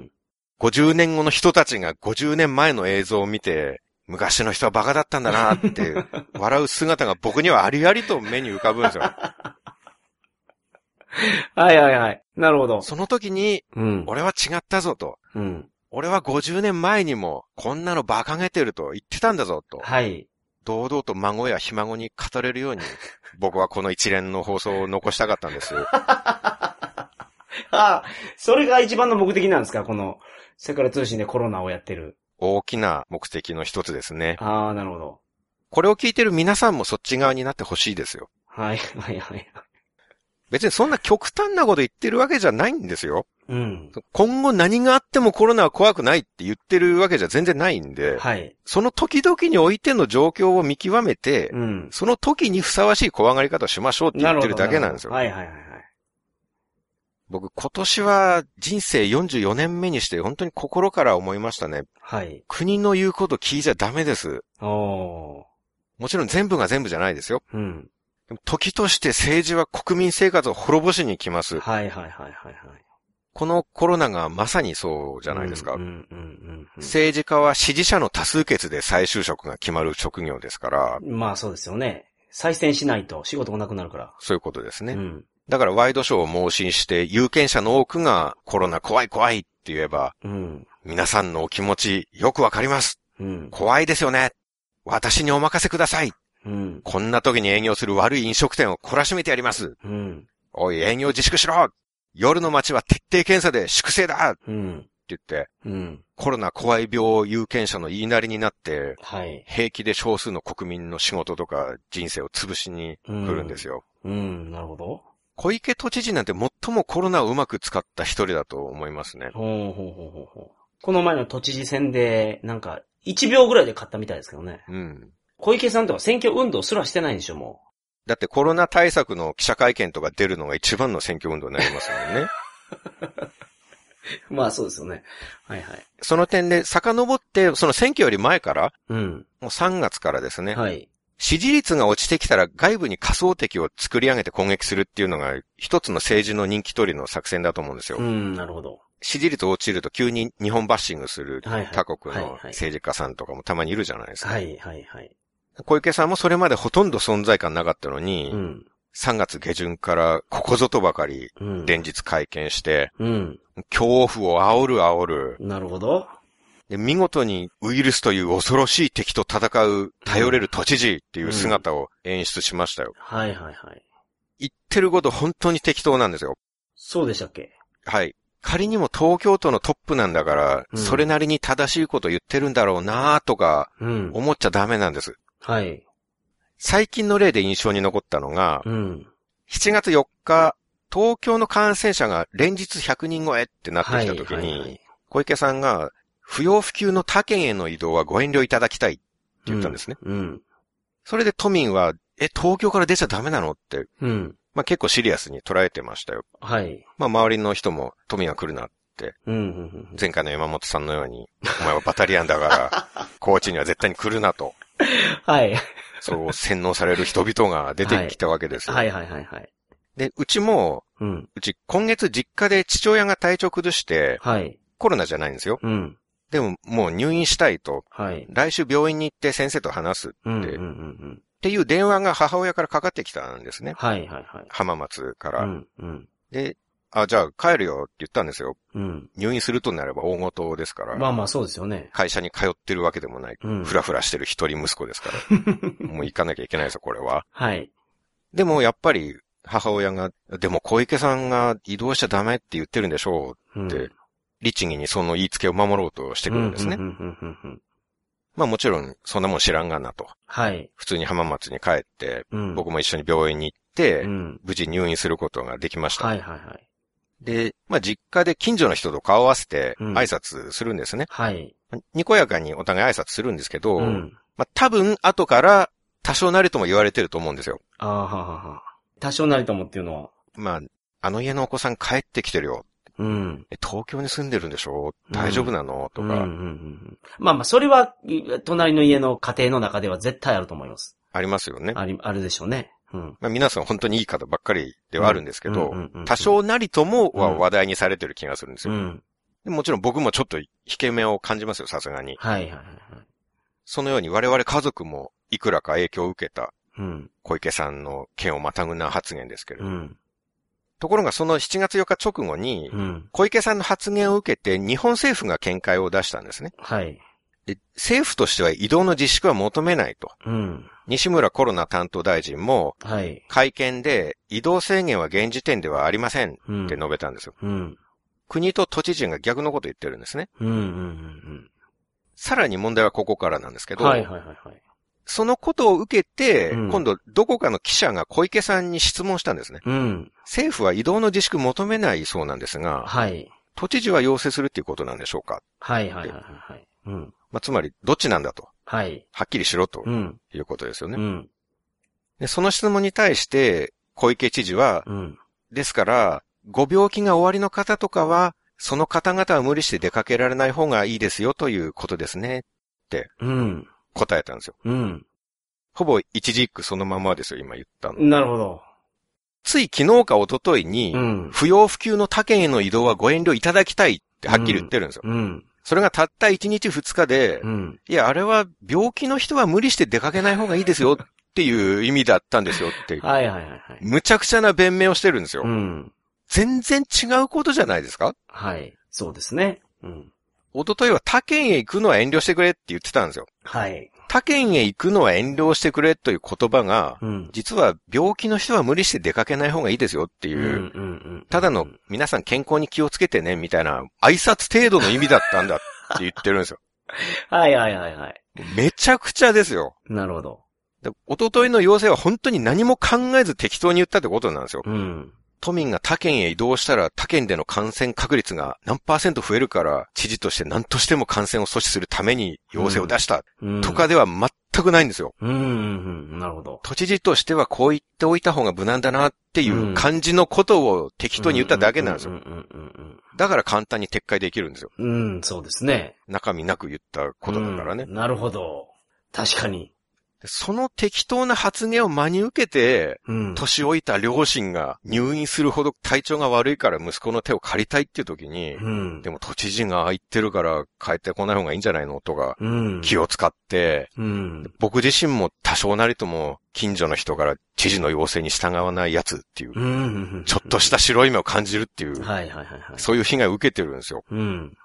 ごじゅうねんごの人たちがごじゅうねんまえの映像を見て、昔の人はバカだったんだなって笑う姿が僕にはありありと目に浮かぶんですよ。 はいはいはい。なるほど。 その時に、うん、俺は違ったぞと、うん。俺はごじゅうねんまえにもこんなの馬鹿げてると言ってたんだぞと。はい。堂々と孫やひ孫に語れるように、僕はこの一連の放送を残したかったんです。 ああ、それが一番の目的なんですか？この世界通信でコロナをやってる。 大きな目的の一つですね。 ああ、なるほど。 これを聞いてる皆さんもそっち側になってほしいですよ。 はい、はい、はい。 別にそんな極端なこと言ってるわけじゃないんですよ。うん。今後何があってもコロナは怖くないって言ってるわけじゃ全然ないんで。はい。その時々においての状況を見極めて、うん。その時にふさわしい怖がり方をしましょうって言ってるだけなんですよ。はい、はい、はい。僕、今年は人生よんじゅうよねんめにして本当に心から思いましたね。はい。国の言うこと聞いちゃダメです。おー。もちろん全部が全部じゃないですよ。うん。でも時として政治は国民生活を滅ぼしに来ます。はいはいはいはい、はい。このコロナがまさにそうじゃないですか。うんうんうんうん、政治家は支持者の多数決で再就職が決まる職業ですから。 まあそうですよね。再選しないと仕事がなくなるから。 そういうことですね。うん。だからワイドショーを盲信して有権者の多くがコロナ怖い怖いって言えば、うん、皆さんのお気持ちよくわかります、うん。怖いですよね。私にお任せください。うん、こんな時に営業する悪い飲食店を懲らしめてやります。うん、おい営業自粛しろ。夜の街は徹底検査で粛清だ、うん、って言って、うん、コロナ怖い病有権者の言いなりになって、はい、平気で少数の国民の仕事とか人生を潰しに来るんですよ。 うん、うん、なるほど。 小池都知事なんて最もコロナをうまく使った一人だと思いますね。 ほうほうほうほうほう。この前の都知事選で、なんか、いちびょうぐらいで勝ったみたいですけどね。うん。小池さんとか選挙運動すらしてないんでしょ、もう。だってコロナ対策の記者会見とか出るのが一番の選挙運動になりますもんね。 まあそうですよね。はいはい。 その点で遡って、その選挙より前から、うん。もうさんがつからですね。はい。支持率が落ちてきたら外部に仮想敵を作り上げて攻撃するっていうのが一つの政治の人気取りの作戦だと思うんですよ。 うん、なるほど。 支持率落ちると急に日本バッシングする他国の政治家さんとかもたまにいるじゃないですか。はいはいはい。小池さんもそれまでほとんど存在感なかったのに、うん、さんがつ下旬からここぞとばかり連日会見して、うん、恐怖を煽る煽る。 なるほど。 で、見事にウイルスという恐ろしい敵と戦う頼れる都知事っていう姿を演出しましたよ。 うん、はいはいはい。 言ってること本当に適当なんですよ。 そうでしたっけ？ はい。仮にも東京都のトップなんだから、うん、それなりに正しいこと言ってるんだろうなとか、思っちゃダメなんです。 うん。はい。 最近の例で印象に残ったのが、 うん、 しちがつよっか、東京の感染者が連日ひゃくにん超えってなってきたときに、はいはいはい、小池さんが、不要不急の他県への移動はご遠慮いただきたいって言ったんですね。 うんうん、 それで都民は、え、東京から出ちゃダメなのって、 うん、 まあ結構シリアスに捉えてましたよ。 はい。 まあ周りの人も都民は来るなって、 うんうんうん、 前回の山本さんのように、お前はバタリアンだから、高知には絶対に来るなと。 はい。 そう洗脳される人々が出てきたわけですよ。 はい、はいはいはいはい。 で、うちも、うん、うち今月実家で父親が体調崩して、はい、コロナじゃないんですよ。 うん、 でももう入院したいと、 はい、 来週病院に行って先生と話すって、 うんうんうんうん、 っていう電話が母親からかかってきたんですね。 はいはいはい。 浜松から。 うんうん、 で、あ、じゃあ帰るよって言ったんですよ。 うん、 入院するとなれば大事ですから。 まあまあそうですよね。 会社に通ってるわけでもない。うん、ふらふらしてる一人息子ですから。もう行かなきゃいけないですよ、これは。 はい。 でもやっぱり母親が、でも小池さんが移動しちゃダメって言ってるんでしょうって、うん、律儀にその言いつけを守ろうとしてくるんですね。まあもちろんそんなもん知らんがなと。 はい。 普通に浜松に帰って、うん、僕も一緒に病院に行って、うん、無事入院することができました。 はいはいはい。 で、まあ実家で近所の人と顔を合わせて挨拶するんですね。 うん、はい。 にこやかにお互い挨拶するんですけど、うん、まあ多分後から多少なりとも言われてると思うんですよ。 ああ、ははは。多少なりともっていうのは。 まあ、あの家のお子さん帰ってきてるよ。 うん。 東京に住んでるんでしょ？大丈夫なの、うん、とか、うんうんうん。 まあまあ、それは、隣の家の家庭の中では絶対あると思います。 ありますよね。 あり、あるでしょうね。うん。 まあ皆さん本当にいい方ばっかりではあるんですけど、多少なりともは話題にされてる気がするんですよ。うん、でもちろん僕もちょっと引け目を感じますよ、さすがに。 はいはいはい。 そのように我々家族もいくらか影響を受けた、 うん、 小池さんの県をまたぐな発言ですけれど。 うんところがそのしちがつよっか直後に、小池さんの発言を受けて日本政府が見解を出したんですね。 はい。 で、政府としては移動の自粛は求めないと。 うん、 西村コロナ担当大臣も、 はい。 会見で移動制限は現時点ではありませんって述べたんですよ。 うん、 国と都知事が逆のこと言ってるんですね。 うんうんうんうん、 さらに問題はここからなんですけど、 はいはいはいはい。 そのことを受けて、うん、今度どこかの記者が小池さんに質問したんですね。 うん、 政府は移動の自粛求めないそうなんですが、 はい、 都知事は要請するっていうことなんでしょうか。 はいはいはいはい。うん、 まあ、つまりどっちなんだと。 はい。 はっきりしろということですよね。 うん、 でその質問に対して小池知事は、 うん、 ですからご病気がおありの方とかはその方々は無理して出かけられない方がいいですよということですねって答えたんですよ。 うん、 ほぼ一字一句そのままですよ、今言ったの。 なるほど。 つい昨日か一昨日に、うん、不要不急の他県への移動はご遠慮いただきたいってはっきり言ってるんですよ。 うんうん、 それがたったいちにちふつかで、 うん、 いや、あれは病気の人は無理して出かけない方がいいですよっていう意味だったんですよって。 はいはいはい、はい。 むちゃくちゃな弁明をしてるんですよ。 うん、 全然違うことじゃないですか？ はい。そうですね。うん。 一昨日は他県へ行くのは遠慮してくれって言ってたんですよ。 はい。 他県へ行くのは遠慮してくれという言葉が、 うん、 実は病気の人は無理して出かけない方がいいですよっていう、ただの皆さん健康に気をつけてねみたいな挨拶程度の意味だったんだって言ってるんですよ。 はいはいはいはい。 めちゃくちゃですよ。 なるほど。 で一昨日の要請は本当に何も考えず適当に言ったってことなんですよ。 うん、 都民が他県へ移動したら他県での感染確率が何パーセント増えるから知事として何としても感染を阻止するために要請を出したとかでは全くないんですよ。 うんうんうん、なるほど。 都知事としてはこう言っておいた方が無難だなっていう感じのことを適当に言っただけなんですよ。だから簡単に撤回できるんですよ。 うん、そうですね。 中身なく言ったことだからね。 うん、なるほど。確かに。 その適当な発言を真に受けて、 うん、 年老いた両親が入院するほど体調が悪いから息子の手を借りたいっていう時に、 うん、 でも都知事が言ってるから帰ってこない方がいいんじゃないのとか、 うん、 気を使って、 うん、 僕自身も多少なりとも近所の人から知事の要請に従わないやつっていう、 うん、 ちょっとした白い目を感じるっていう、 はいはいはいはい、 そういう被害を受けてるんですよ。 うん、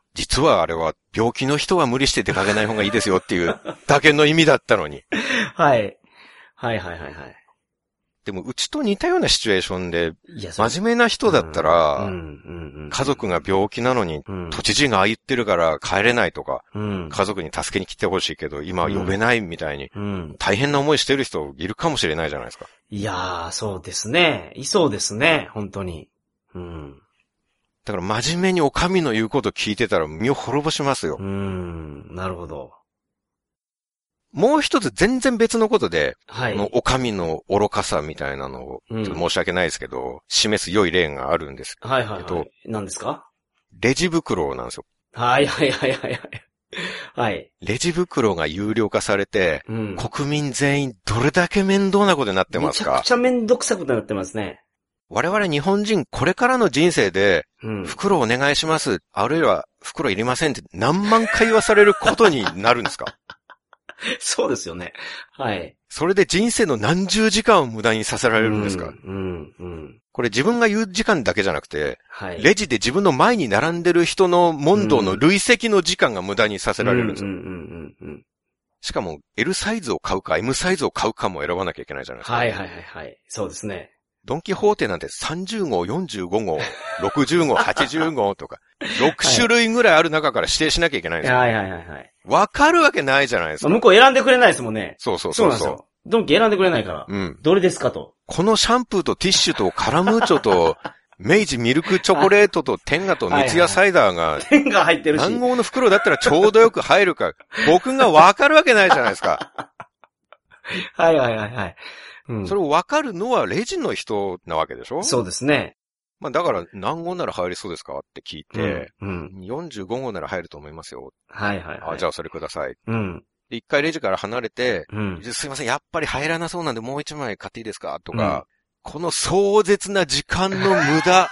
実はあれは病気の人は無理して出かけない方がいいですよっていうだけの意味だったのに。 はい。はいはいはいはい。 でもうちと似たようなシチュエーションで、真面目な人だったら、家族が病気なのに、都知事がああ言ってるから帰れないとか、うん、家族に助けに来てほしいけど、今は呼べないみたいに、うん、大変な思いしてる人いるかもしれないじゃないですか。 いやー、そうですね。いそうですね、本当に。うん。 だから真面目にお上の言うこと聞いてたら身を滅ぼしますよ。 うーん、なるほど。 もう一つ全然別のことで、はい、このお上の愚かさみたいなのを、ちょっと申し訳ないですけど、うん、示す良い例があるんですけど、 はいはいはい。何ですか？ レジ袋なんですよ。 はいはいはいはいはい。はい。 レジ袋が有料化されて、うん、国民全員どれだけ面倒なことになってますか？ めちゃくちゃ面倒くさくなってますね。 我々日本人これからの人生で、うん、袋お願いします、あるいは袋いりませんって何万回言わされることになるんですか？ そうですよね。はい。 それで人生の何十時間を無駄にさせられるんですか？ うん、うん、うん。 これ自分が言う時間だけじゃなくて、はい、レジで自分の前に並んでる人の問答の累積の時間が無駄にさせられるんですよ。しかも エル サイズを買うか エム サイズを買うかも選ばなきゃいけないじゃないですか。 はいはいはいはい。そうですね。 ドンキホーテなんてさんじゅうごう、よんじゅうごごう、ろくじゅうごう、はちじゅうごうとか、ろくしゅるいぐらいある中から指定しなきゃいけないんですよ。 はいはいはいはい。 わかるわけないじゃないですか。 向こう選んでくれないですもんね。 そうそうそう。そうなんですよ。 ドンキ選んでくれないから。うん。どれですかと。 このシャンプーとティッシュとカラムーチョと、明治ミルクチョコレートとテンガと三ツ矢サイダーが、 テンガ入ってるし。 何号の袋だったらちょうどよく入るか、僕がわかるわけないじゃないですか。 はいはいはいはい。 うん、それをわかるのはレジの人なわけでしょ？ そうですね。 まあだから何号なら入りそうですかって聞いて、うんうん、よんじゅうごごうなら入ると思いますよ。 はいはいはい。 あ、じゃあそれください。 うん。 で、一回レジから離れて、 うん、 すいません、やっぱり入らなそうなんでもう一枚買っていいですかとか、うん、この壮絶な時間の無駄。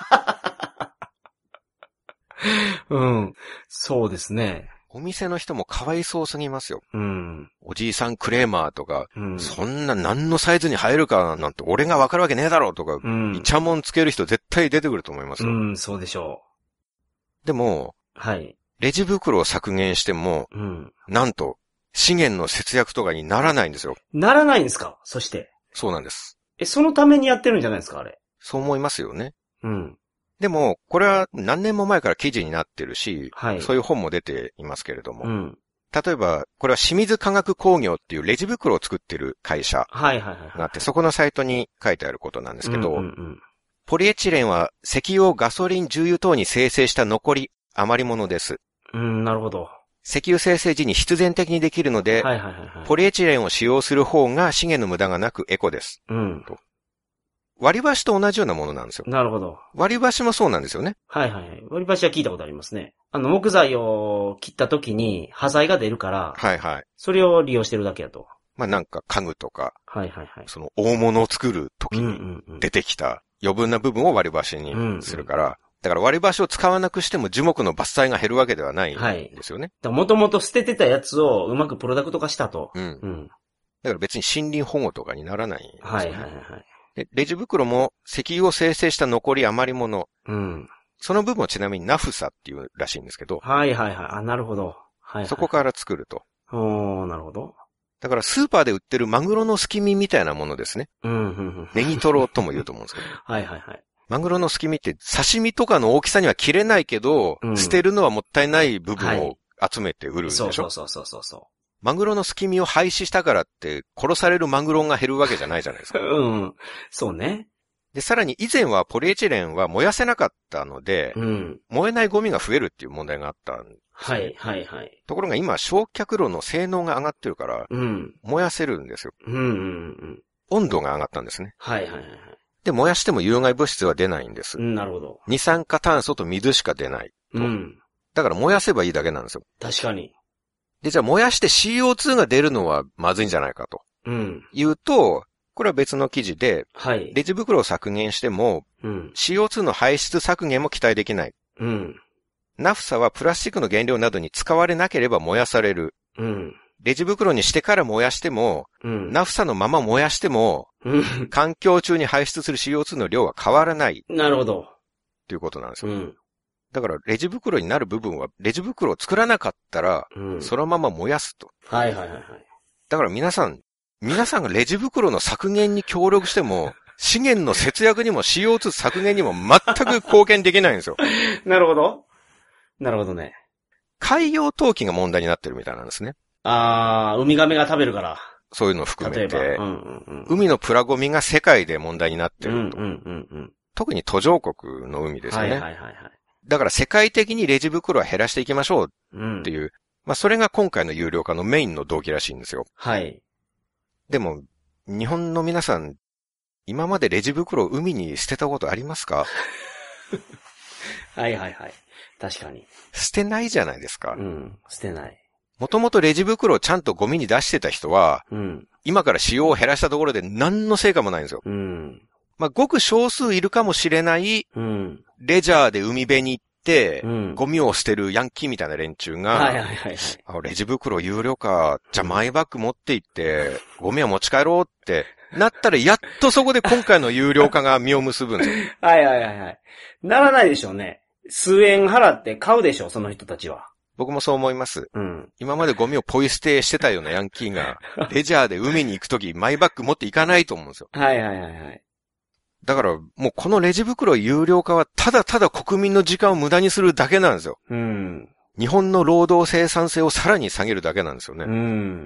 うん。そうですね。 お店の人もかわいそうすぎますよ。 うん。 おじいさんクレーマーとか、うん、そんな何のサイズに入るかなんて俺がわかるわけねえだろうとか、うん、イチャモンつける人絶対出てくると思いますよ。 うん、そうでしょう。でも、 はい。 レジ袋を削減しても、うん、なんと、資源の節約とかにならないんですよ。 ならないんですか？そして。 そうなんです。 え、そのためにやってるんじゃないですかあれ。 そう思いますよね。 うん。 でも、これは何年も前から記事になってるし、はい、そういう本も出ていますけれども、うん、例えば、これは清水化学工業っていうレジ袋を作ってる会社があって、はいはいはいはい、そこのサイトに書いてあることなんですけど、うんうんうん、ポリエチレンは石油をガソリン、重油等に生成した残り、余り物です。 うん、なるほど。 石油生成時に必然的にできるので、はいはいはいはい、ポリエチレンを使用する方が資源の無駄がなくエコです。 うん割り箸と同じようなものなんですよ。 なるほど。 割り箸もそうなんですよね。 はいはい。割り箸は聞いたことありますね。あの、木材を切った時に端材が出るから、 はいはい。 それを利用してるだけだと。 まあなんか家具とか、 はいはいはい。 その大物を作る時に出てきた余分な部分を割り箸にするから、うんうん、だから割り箸を使わなくしても樹木の伐採が減るわけではないんですよね。 はい。もともと捨ててたやつをうまくプロダクト化したと。 うん。うん。だから別に森林保護とかにならないんですよね。 はいはいはい。 でレジ袋も石油を生成した残り余り物。 うん。 その部分をちなみにナフサっていうらしいんですけど。 はいはいはい。あ、なるほど。はい、はい。 そこから作ると。 おー、なるほど。 だからスーパーで売ってるマグロのすき身みたいなものですね。 うん、うん、うん。 ネギトロとも言うと思うんですけど。 はいはいはい。 マグロのすき身って刺身とかの大きさには切れないけど、うん、捨てるのはもったいない部分を集めて売るんでしょ、はい、 そうそうそうそうそう。 マグロのすき身を廃止したからって殺されるマグロが減るわけじゃないじゃないですか。 うん。そうね。 で、さらに以前はポリエチレンは燃やせなかったので、うん、燃えないゴミが増えるっていう問題があったんです、ね。 はい、はい、はい。 ところが今、焼却炉の性能が上がってるから、うん、燃やせるんですよ。 うんうんうん、 温度が上がったんですね。 はい、はい、はい。 で、燃やしても有害物質は出ないんです。 うん、なるほど。 二酸化炭素と水しか出ないと。 うん。 だから燃やせばいいだけなんですよ。 確かに。 で、じゃあ燃やして シーオーツー が出るのはまずいんじゃないかと。 うん。 言うと、これは別の記事で、 はい。 レジ袋を削減しても、うん、シーオーツー の排出削減も期待できない。 うん。 ナフサはプラスチックの原料などに使われなければ燃やされる。 うん。 レジ袋にしてから燃やしても、うん、ナフサのまま燃やしても、 うん、 環境中に排出する シーオーツー の量は変わらない。 なるほど。 ということなんですよ。 うん。 だから、レジ袋になる部分は、レジ袋を作らなかったら、うん、そのまま燃やすと。 はいはいはいはい。 だから皆さん、皆さんがレジ袋の削減に協力しても、資源の節約にも シーオーツー 削減にも全く貢献できないんですよ。 なるほど。なるほどね。 海洋投棄が問題になってるみたいなんですね。 あー、ウミガメが食べるから。 そういうのを含めて、 例えば、うんうんうん、 海のプラゴミが世界で問題になってると。 うんうんうんうん、 特に途上国の海ですよね。 はいはいはいはい。 だから世界的にレジ袋は減らしていきましょうっていう、うん、まあそれが今回の有料化のメインの動機らしいんですよ。 はい。 でも、日本の皆さん、今までレジ袋を海に捨てたことありますか？ はいはいはい。確かに。 捨てないじゃないですか。 うん、捨てない。 もともとレジ袋をちゃんとゴミに出してた人は、うん、今から使用を減らしたところで何の成果もないんですよ。うん、まあ、ごく少数いるかもしれない、うん、レジャーで海辺に行って、うん、ゴミを捨てるヤンキーみたいな連中が、はいはいはいはい、あレジ袋有料か、じゃあマイバッグ持って行って、ゴミは持ち帰ろうってなったら、やっとそこで今回の有料化が実を結ぶんですよ。 はいはいはいはい。ならないでしょうね。数円払って買うでしょう、その人たちは。 僕もそう思います。うん。今までゴミをポイ捨てしてたようなヤンキーが、レジャーで海に行くとき、マイバッグ持っていかないと思うんですよ。 はいはいはいはい。 だから、もうこのレジ袋有料化は、ただただ国民の時間を無駄にするだけなんですよ。うん。日本の労働生産性をさらに下げるだけなんですよね。 うん。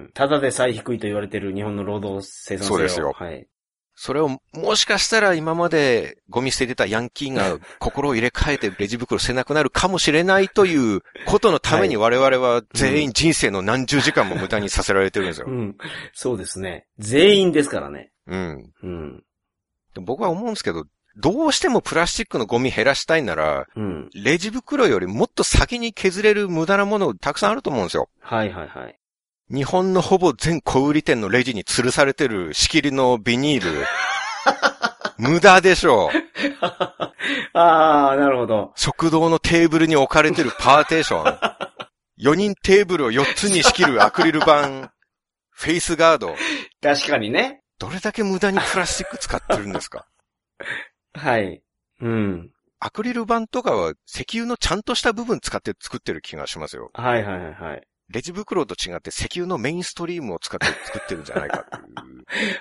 ただでさえ低いと言われている日本の労働生産性を。 そうですよ。はい。それを、もしかしたら今までゴミ捨ててたヤンキーが心を入れ替えてレジ袋捨てなくなるかもしれないということのために我々は全員人生の何十時間も無駄にさせられてるんですよ。 うん。そうですね。全員ですからね。 うん。うん。で僕は思うんですけど、どうしてもプラスチックのゴミ減らしたいなら、うん、レジ袋よりもっと先に削れる無駄なものたくさんあると思うんですよ。はいはいはい。日本のほぼ全小売店のレジに吊るされてる仕切りのビニール。無駄でしょう。 ああ、なるほど。 食堂のテーブルに置かれてるパーテーション。よにんテーブルをよっつに仕切るアクリル板。フェイスガード。 確かにね。 どれだけ無駄にプラスチック使ってるんですか？ はい。うん。 アクリル板とかは石油のちゃんとした部分使って作ってる気がしますよ。 はいはいはいはい。 レジ袋と違って石油のメインストリームを使って作ってるんじゃないかっていう。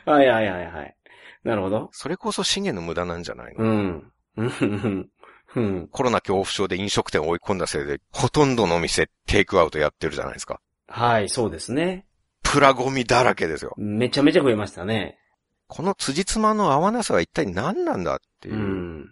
はいはいはいはい。なるほど。 それこそ資源の無駄なんじゃないの？うん。うん。コロナ恐怖症で飲食店を追い込んだせいで、ほとんどのお店テイクアウトやってるじゃないですか。 はい、そうですね。 プラゴミだらけですよ。 めちゃめちゃ増えましたね。 この辻褄の合わなさは一体何なんだっていう。うん。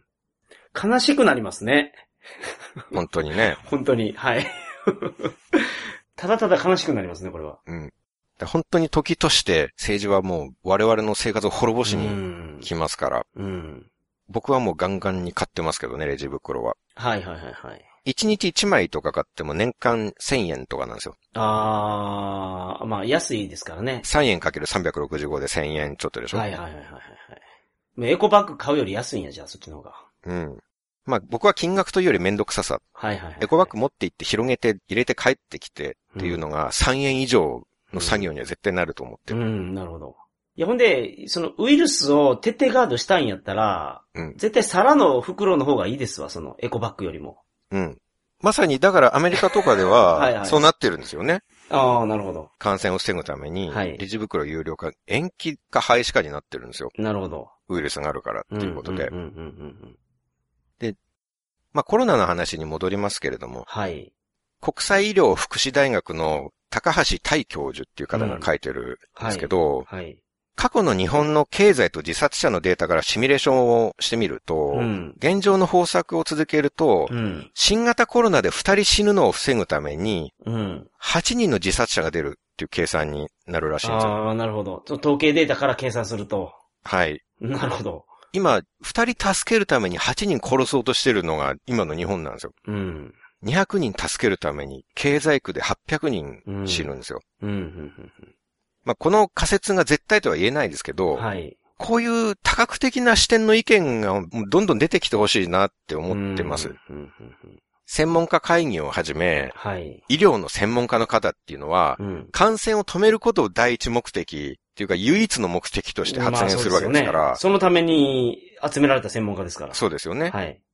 悲しくなりますね。 本当にね。 本当に、はい。ただただ悲しくなりますね、これは。うん。 本当に時として政治はもう我々の生活を滅ぼしに来ますから。うん。うん、僕はもうガンガンに買ってますけどね、レジ袋は。 はいはいはいはい。 いちにちいちまいとか買っても年間せんえんとかなんですよ。 あー、まあ安いですからね。 さんえんかけるさんびゃくろくじゅうごでせんえんちょっとでしょ。 はいはいはいはいはい。エコバッグ買うより安いんや、じゃあそっちの方が。 うん。まあ僕は金額というよりめんどくささ。はいはいはい、はい。エコバッグ持って行って広げて入れて帰ってきてっていうのがさんえん以上の作業には絶対なると思ってる。 うん、うん、なるほど。いやほんで、そのウイルスを徹底ガードしたいんやったら、うん、絶対皿の袋の方がいいですわ、そのエコバッグよりも。 うん。まさにだからアメリカとかでははい、はい、そうなってるんですよね。 ああ、なるほど。 感染を防ぐために、はい、レジ袋有料化、延期か廃止かになってるんですよ。 なるほど。 ウイルスがあるからっていうことで。で、まあコロナの話に戻りますけれども、はい。国際医療福祉大学の高橋泰教授っていう方が書いてるんですけど、うん、はい。はい過去の日本の経済と自殺者のデータからシミュレーションをしてみると、うん、現状の方策を続けると、うん、新型コロナでふたり死ぬのを防ぐために、うん、はちにんの自殺者が出るっていう計算になるらしいんですよ。 ああ、なるほど。統計データから計算すると。 はい。 なるほど。 今、ふたり助けるためにはちにん殺そうとしてるのが今の日本なんですよ。うん、にひゃくにん助けるために経済区ではっぴゃくにん死ぬんですよ。うんうんうんうんまあ、この仮説が絶対とは言えないですけど、はい、こういう多角的な視点の意見がどんどん出てきてほしいなって思ってます。うんうんうんうん、専門家会議をはじめ、はい、医療の専門家の方っていうのは、うん、感染を止めることを第一目的っていうか唯一の目的として発言するわけですから。 まあ そ, ね、そのために集められた専門家ですから。 そうですよね。はい、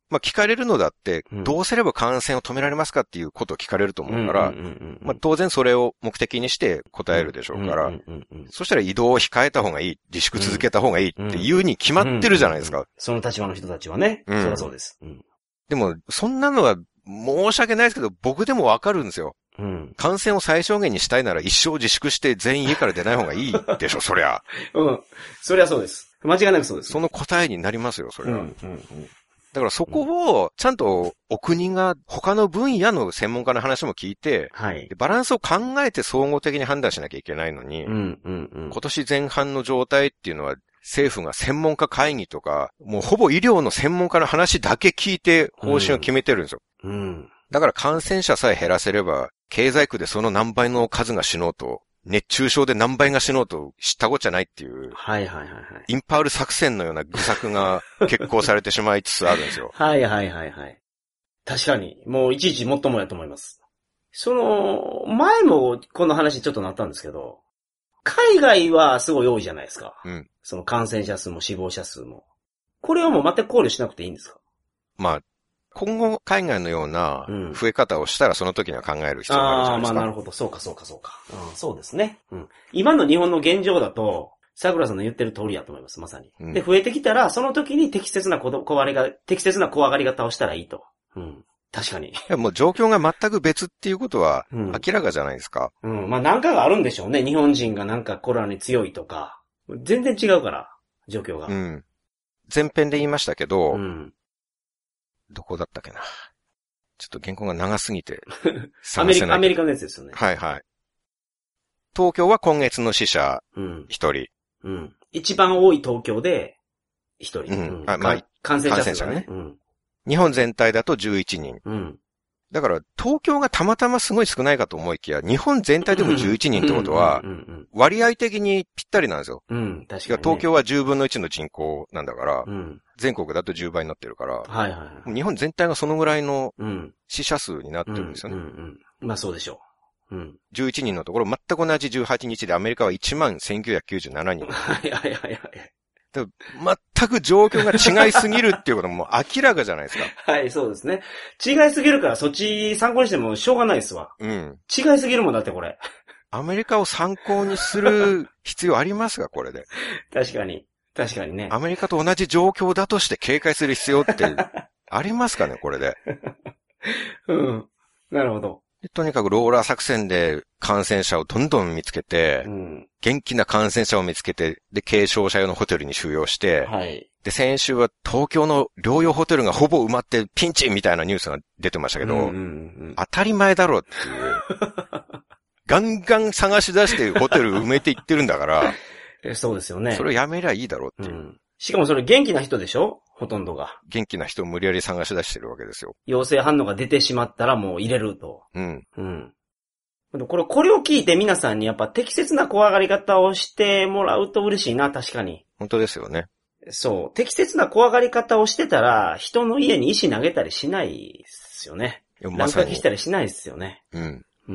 まあ聞かれるのだって、どうすれば感染を止められますかっていうことを聞かれると思うから、まあ当然それを目的にして答えるでしょうから、そしたら移動を控えた方がいい、自粛続けた方がいいっていうに決まってるじゃないですか。 その立場の人たちはね。うん、そりゃそうです、うん。 でも、そんなのは申し訳ないですけど、僕でもわかるんですよ。うん、感染を最小限にしたいなら一生自粛して全員家から出ない方がいいでしょ、そりゃ。 うん。そりゃそうです。間違いなくそうです。 その答えになりますよ、それは。うんうんうん、だからそこを、ちゃんとお国が他の分野の専門家の話も聞いて、はい、バランスを考えて総合的に判断しなきゃいけないのに、うんうんうん、今年前半の状態っていうのは、政府が専門家会議とか、もうほぼ医療の専門家の話だけ聞いて方針を決めてるんですよ。うんうん、だから感染者さえ減らせれば、経済区でその何倍の数が死のうと、熱中症で何倍が死のうと知ったこっちゃないっていう。 はいはいはいはい。 インパール作戦のような愚策が決行されてしまいつつあるんですよ。 はいはいはいはい。確かに。もういちいちもっともやと思います。その、前もこの話ちょっとなったんですけど、海外はすごい多いじゃないですか。うん。その感染者数も死亡者数も。これはもう全く考慮しなくていいんですか？ まあ、今後海外のような増え方をしたらその時には考える必要があるじゃないですか。 ああ、まあなるほど。そうかそうかそうか。うん、そうですね。うん。今の日本の現状だと、桜さんの言ってる通りやと思います、まさに。うん、で、増えてきたら、その時に適切なこわれが、適切な怖がり方をしたらいいと。うん。確かに。いや、もう状況が全く別っていうことは明らかじゃないですか。 うん。うん、まあなんかがあるんでしょうね。日本人がなんかコロナに強いとか。全然違うから、状況が。 うん。前編で言いましたけど、うん。どこだったっけな。ちょっと原稿が長すぎてアメリカ、アメリカのやつですよね。 はいはい。東京は今月の死者一人、 うん。うん。一番多い東京で一人。 うん。うん、あまあ、 感染者数がね。うん。 日本全体だとじゅういちにん。うん。だから、東京がたまたますごい少ないかと思いきや、日本全体でもじゅういちにんってことは、割合的にぴったりなんですよ。うん、確かに、ね。東京はじゅうぶんのいちの人口なんだから、うん、全国だとじゅうばいになってるから、はいはいはい、日本全体がそのぐらいの死者数になってるんですよね。うんうんうんうん、まあそうでしょう。うん、 じゅういちにんのところ、全く同じじゅうはちにちでアメリカはいちまんせんきゅうひゃくきゅうじゅうななにん。はいはいはいはい。全く状況が違いすぎるっていうことも明らかじゃないですか。 はい、そうですね。違いすぎるからそっち参考にしてもしょうがないですわ。うん。違いすぎるもんだってこれ。 アメリカを参考にする必要ありますかこれで。 確かに。確かにね。 アメリカと同じ状況だとして警戒する必要ってありますかねこれで。 うん。なるほど。 とにかくローラー作戦で感染者をどんどん見つけて、うん、元気な感染者を見つけて、で、軽症者用のホテルに収容して、はい、で、先週は東京の療養ホテルがほぼ埋まってピンチみたいなニュースが出てましたけど、うんうんうん、当たり前だろっていう。ガンガン探し出してホテル埋めていってるんだから、 えそうですよね。 それをやめりゃいいだろうっていう。うん、 しかもそれ元気な人でしょほとんどが。 元気な人を無理やり探し出してるわけですよ。 陽性反応が出てしまったらもう入れると。うん。うん。これ、これを聞いて皆さんにやっぱ適切な怖がり方をしてもらうと嬉しいな、確かに。 本当ですよね。 そう。適切な怖がり方をしてたら、人の家に石投げたりしないですよね。乱書きしたりしないですよね。うん。うん。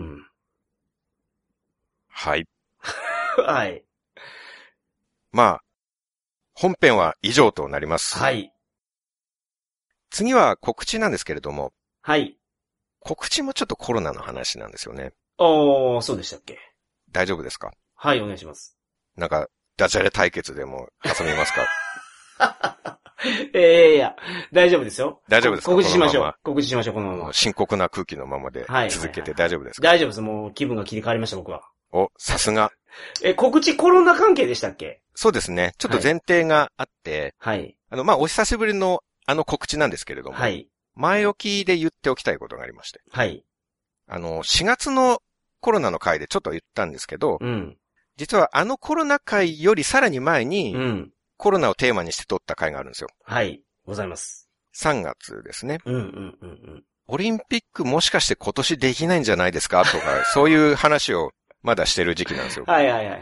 はい。 はい。 まあ、本編は以上となります。はい。次は告知なんですけれども。はい。告知もちょっとコロナの話なんですよね。 ああ、そうでしたっけ。 大丈夫ですか？ はい、お願いします。 なんか、ダジャレ対決でも挟みますか？ええー、いや、大丈夫ですよ。 大丈夫ですか？ 告知しましょう。まま告知しましょう、このまま。 深刻な空気のままで続けて大丈夫ですか？ 大丈夫です。もう気分が切り替わりました、僕は。 お、さすが。 え、告知コロナ関係でしたっけ？ そうですね。ちょっと前提があって、はい。あの、まあ、お久しぶりのあの告知なんですけれども、はい。前置きで言っておきたいことがありまして。はい。あの、しがつのコロナの回でちょっと言ったんですけど、うん。実はあのコロナ回よりさらに前に、うん。コロナをテーマにして撮った回があるんですよ。 はい。ございます。 さんがつですね。うんうんうんうん。オリンピックもしかして今年できないんじゃないですかとか、そういう話をまだしてる時期なんですよ。 はいはいはいはい。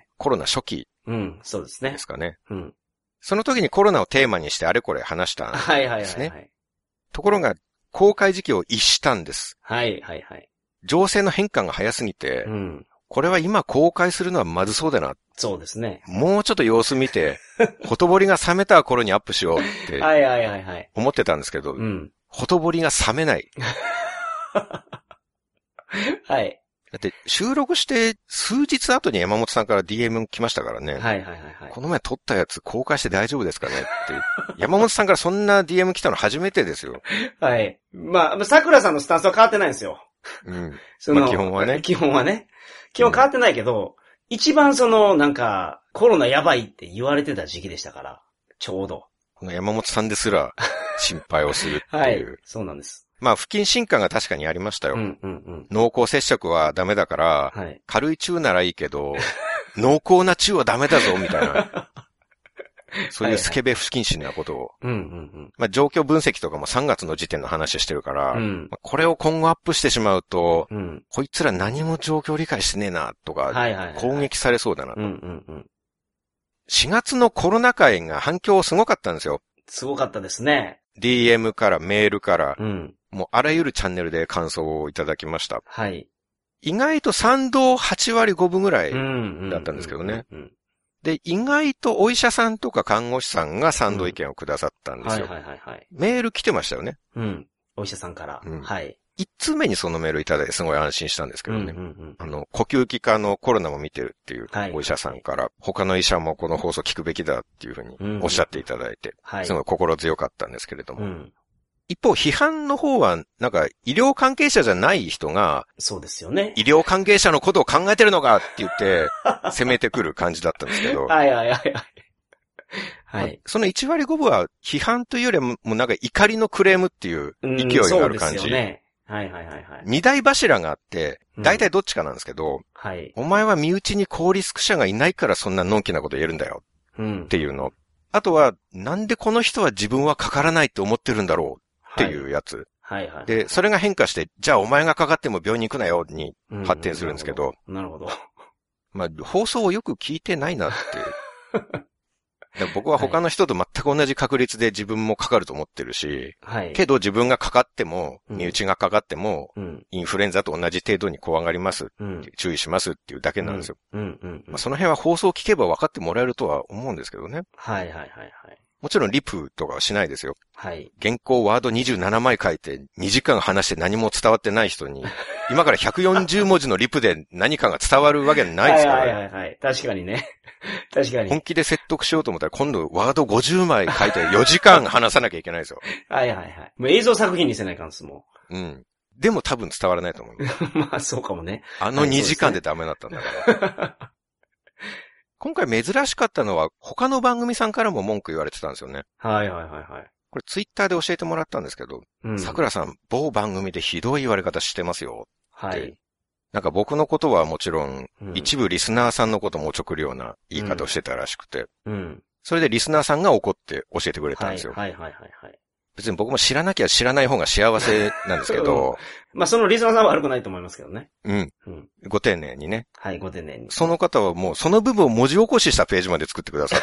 コロナ初期。 うん、そうですね。 ですかね。うん。その時にコロナをテーマにしてあれこれ話したんですね。はいはいはい、はい。ところが、公開時期を逸したんです。 はいはいはい。 情勢の変化が早すぎて、うん、 これは今公開するのはまずそうだな。 そうですね。 もうちょっと様子見て、ほとぼりが冷めた頃にアップしようって。 はいはいはいはい。 思ってたんですけど、 うん。 ほとぼりが冷めない。 はい。 だって収録して数日後に山本さんから ディーエム 来ましたからね。 はいはいはい、はい。 この前撮ったやつ公開して大丈夫ですかねって。山本さんからそんな ディーエム 来たの初めてですよ。 はい。まあ、桜さんのスタンスは変わってないんですよ。 うん。 その、 まあ、基本はね。 基本はね。基本変わってないけど、うん、一番その、なんか、コロナやばいって言われてた時期でしたから、ちょうど。 この山本さんですら心配をするっていう。 はい。そうなんです。 まあ、不謹慎感が確かにありましたよ。 うんうんうん、 濃厚接触はダメだから、はい、軽い中ならいいけど、濃厚な中はダメだぞ、みたいな。そういうスケベ不謹慎なことを。 うんうんうん、 まあ、状況分析とかもさんがつの時点の話してるから、うん、これを今後アップしてしまうと、うん、こいつら何も状況理解してねえな、とか、攻撃されそうだなと。しがつのコロナ禍が反響すごかったんですよ。 すごかったですね。 ディーエム からメールから、うん、もうあらゆるチャンネルで感想をいただきました。 はい。 意外と賛同はちわりごぶぐらいだったんですけどね。で、意外とお医者さんとか看護師さんが賛同意見をくださったんですよ。 はいはいはいはい。 メール来てましたよね。 うん。お医者さんから。うん、はい。 一通目にそのメールいただいてすごい安心したんですけどね。うんうんうん、あの、呼吸器科のコロナも見てるっていうお医者さんから、はいはいはい、他の医者もこの放送聞くべきだっていうふうにおっしゃっていただいて、うんうん、すごい心強かったんですけれども。はい、一方、批判の方は、なんか、医療関係者じゃない人が、 そうですよね。 医療関係者のことを考えてるのかって言って、攻めてくる感じだったんですけど。 はいはいはいはい。はい、 そのいちわりごぶは、批判というよりは、もうなんか怒りのクレームっていう勢いがある感じ。 そうですよね。はいはいはいはい。 二大柱があって、大体どっちかなんですけど、うん、はい。お前は身内に高リスク者がいないからそんなのんきなこと言えるんだよ。うん。っていうの。あとは、なんでこの人は自分はかからないと思ってるんだろうっていうやつ。 はい、はい、はい。で、 それが変化して、じゃあお前がかかっても病院に行くなよに発展するんですけど。 うん、なるほど。 まあ、放送をよく聞いてないなって。僕は他の人と全く同じ確率で自分もかかると思ってるし、はい、けど自分がかかっても、身内がかかっても、うん、インフルエンザと同じ程度に怖がります、うん、注意しますっていうだけなんですよ。うんうんうんまあ、その辺は放送を聞けば分かってもらえるとは思うんですけどね。 はいはいはいはい。 もちろんリプとかはしないですよ。 はい。 原稿ワードにじゅうななまい書いてにじかん話して何も伝わってない人に、今からひゃくよんじゅうもじのリプで何かが伝わるわけないですからね。 はいはいはいはい。確かにね。確かに。 本気で説得しようと思ったら今度ワードごじゅうまい書いてよじかん話さなきゃいけないですよ。 はいはいはい。もう映像作品にせないかんですもん。うん。でも多分伝わらないと思う。 まあそうかもね。 あのにじかんでダメだったんだから。はい今回珍しかったのは他の番組さんからも文句言われてたんですよね。 はいはいはいはい。 これツイッターで教えてもらったんですけど、うん、桜さん某番組でひどい言われ方してますよ。はい。なんか僕のことはもちろん、うん、一部リスナーさんのこともおちょくるような言い方をしてたらしくて、うん。それでリスナーさんが怒って教えてくれたんですよ。 はいはいはいはい、はい。 別に僕も知らなきゃ知らない方が幸せなんですけど。 まあそのリスナーさんは悪くないと思いますけどね。 うん。うん、ご丁寧にね。 はい、ご丁寧に。 その方はもうその部分を文字起こししたページまで作ってくださって。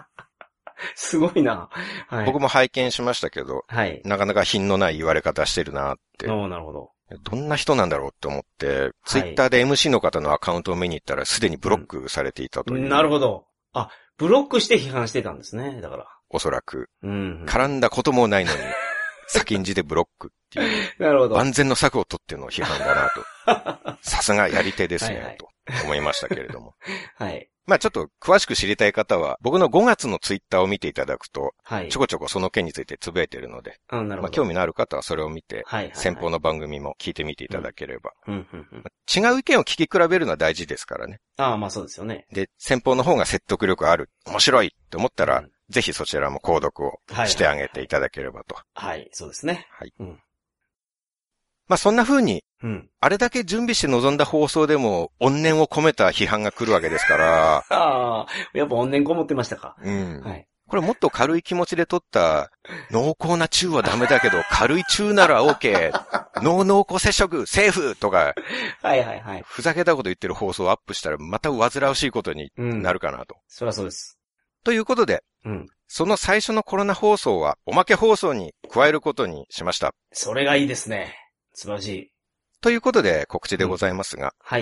すごいな、 はい。僕も拝見しましたけど。はい。なかなか品のない言われ方してるなって。 おー、なるほど。 どんな人なんだろうって思って、はい、ツイッターで エムシー の方のアカウントを見に行ったらすでにブロックされていたという、 うん。なるほど。あ、ブロックして批判してたんですね。だから。 おそらく。うん、絡んだこともないのに、先んじでブロックっていう。 なるほど。 万全の策を取っての批判だなと。さすがやり手ですね、はいはい、と思いましたけれども。はい。まあちょっと詳しく知りたい方は、僕のごがつのツイッターを見ていただくと、はい、ちょこちょこその件についてつぶやいているので、うん、なるほど。まあ興味のある方はそれを見て、はいはいはい、先方の番組も聞いてみていただければ、うんうんうんうん。違う意見を聞き比べるのは大事ですからね。 ああ、まあそうですよね。 で、先方の方が説得力ある、面白いって思ったら、うん、ぜひそちらも購読をしてあげていただければと。 はい、はいはい、そうですね。 はい。うん、まあそんな風に、うん、あれだけ準備して臨んだ放送でも、怨念を込めた批判が来るわけですから。 ああ、やっぱ怨念こもってましたか。 うん。はい。これもっと軽い気持ちで取った、濃厚な中はダメだけど、軽い中なら OK。濃濃厚接触、セーフとか。 はいはいはい。 ふざけたこと言ってる放送をアップしたら、また煩わしいことになるかなと。うん、 そりゃそうです。 ということで、うん、その最初のコロナ放送は、おまけ放送に加えることにしました。 それがいいですね。素晴らしい。 ということで告知でございますが、うん、はい。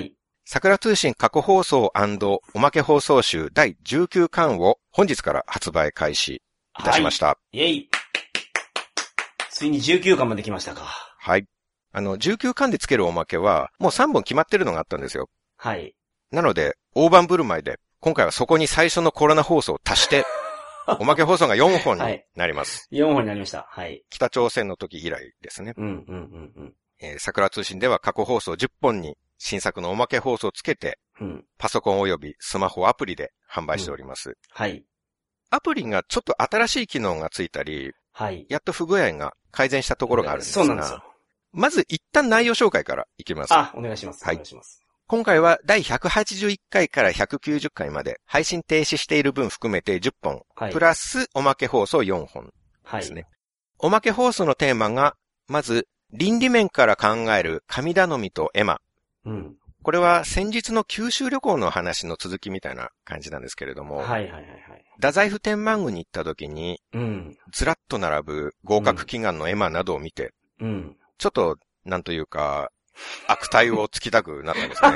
桜通信過去放送&おまけ放送集だいじゅうきゅうかんを本日から発売開始いたしました。はい。イェイ。ついにじゅうきゅうかんまで来ましたか。 はい。あの、じゅうきゅうかんでつけるおまけは、もうさんぼん決まってるのがあったんですよ。 はい。 なので、大盤振る舞いで、今回はそこに最初のコロナ放送を足して、おまけ放送がよんほんになります。 はい、よんほんになりました。はい。 北朝鮮の時以来ですね。 うんうんうんうん。 えー、桜通信では過去放送じゅっぽんに新作のおまけ放送をつけて、うん、パソコン及びスマホアプリで販売しております。うん、 はい。 アプリがちょっと新しい機能がついたり、はい。やっと不具合が改善したところがあるんですが、そうなんですよ。まず一旦内容紹介からいきます。 あ、お願いします。はい。お願いします。 今回はだいひゃくはちじゅういっかいからひゃくきゅうじゅっかいまで配信停止している分含めてじゅっぽん、はい、プラスおまけ放送よんほんですね。はい、おまけ放送のテーマが、まず倫理面から考える神頼みとエマ。うん、これは先日の九州旅行の話の続きみたいな感じなんですけれども、はいはいはいはい、太宰府天満宮に行った時に、うん、ずらっと並ぶ合格祈願のエマなどを見て、うん、ちょっとなんというか、悪態をつきたくなったんですね。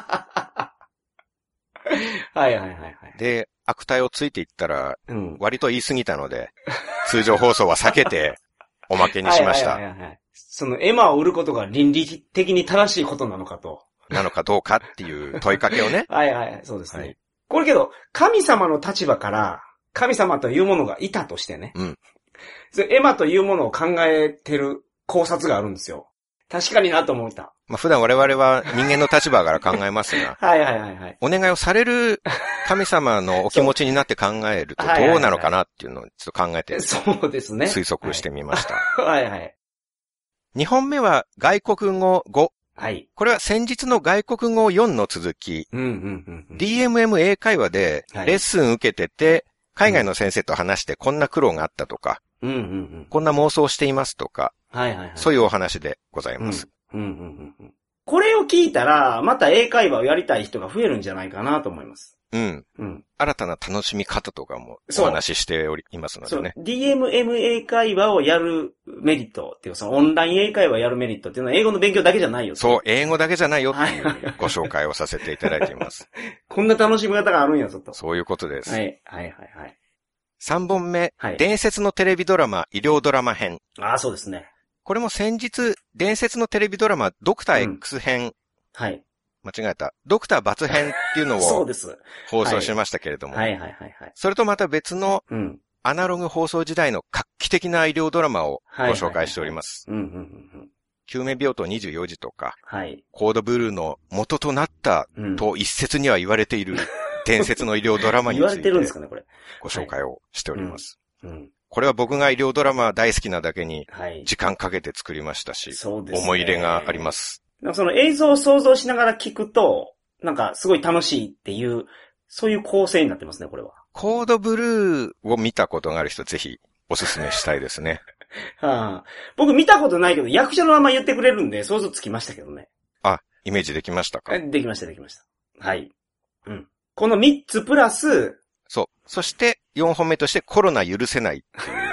はいはいはいはい。 で、悪態をついていったら、うん、割と言い過ぎたので、通常放送は避けて、おまけにしました。はいはいはいはい。 そのエマを売ることが倫理的に正しいことなのかと。 なのかどうかっていう問いかけをね。 はいはいはい、そうですね。はい、これけど、神様の立場から、神様というものがいたとしてね。うん。エマというものを考えてる考察があるんですよ。確かになと思った。 まあ普段我々は人間の立場から考えますが、 はいはいはいはい。 お願いをされる神様のお気持ちになって考えるとどうなのかなっていうのをちょっと考えて、 そうですね。 推測してみました。 はいはい。 にほんめは外国語ご。はい。これは先日の外国語よんの続き。うんうんうんうん、ディーエムエム 英会話でレッスン受けてて、海外の先生と話してこんな苦労があったとか、うんうんうん、こんな妄想していますとか、はいはいはい、そういうお話でございます、うんうんうんうん。これを聞いたら、また英会話をやりたい人が増えるんじゃないかなと思います。 うん。うん、新たな楽しみ方とかもお話ししておりますのでね。 ディーエムエム 英会話をやるメリットっていうか、そのオンライン英会話をやるメリットっていうのは英語の勉強だけじゃないよ。 そう、英語だけじゃないよっていうご紹介をさせていただいています。 こんな楽しみ方があるんやぞと。 そういうことです。 はい、はい、はい、はい。 さんぼんめ、はい、伝説のテレビドラマ、医療ドラマ編。 ああ、そうですね。 これも先日、伝説のテレビドラマ、ドクター X 編。うん、はい。間違えた。ドクター×編っていうのをそうです。放送しましたけれども。はい、はい、はいはいはい。それとまた別の、うん、アナログ放送時代の画期的な医療ドラマをご紹介しております。救命病棟にじゅうよじとか、はい、コードブルーの元となったと一説には言われている伝説の医療ドラマについて言われてるんですかね、これ。ご紹介をしております。はい、うんうん、これは僕が医療ドラマ大好きなだけに、時間かけて作りましたし、はい、思い入れがあります。 その映像を想像しながら聞くと、なんかすごい楽しいっていう、そういう構成になってますね、これは。 コードブルーを見たことがある人、ぜひおすすめしたいですね。 はあ、僕見たことないけど、役者のまま言ってくれるんで、想像つきましたけどね。 あ、イメージできましたか？ できました、できました。はい。うん。このみっつプラス、 そう。そしてよんほんめとしてコロナ許せないっていう。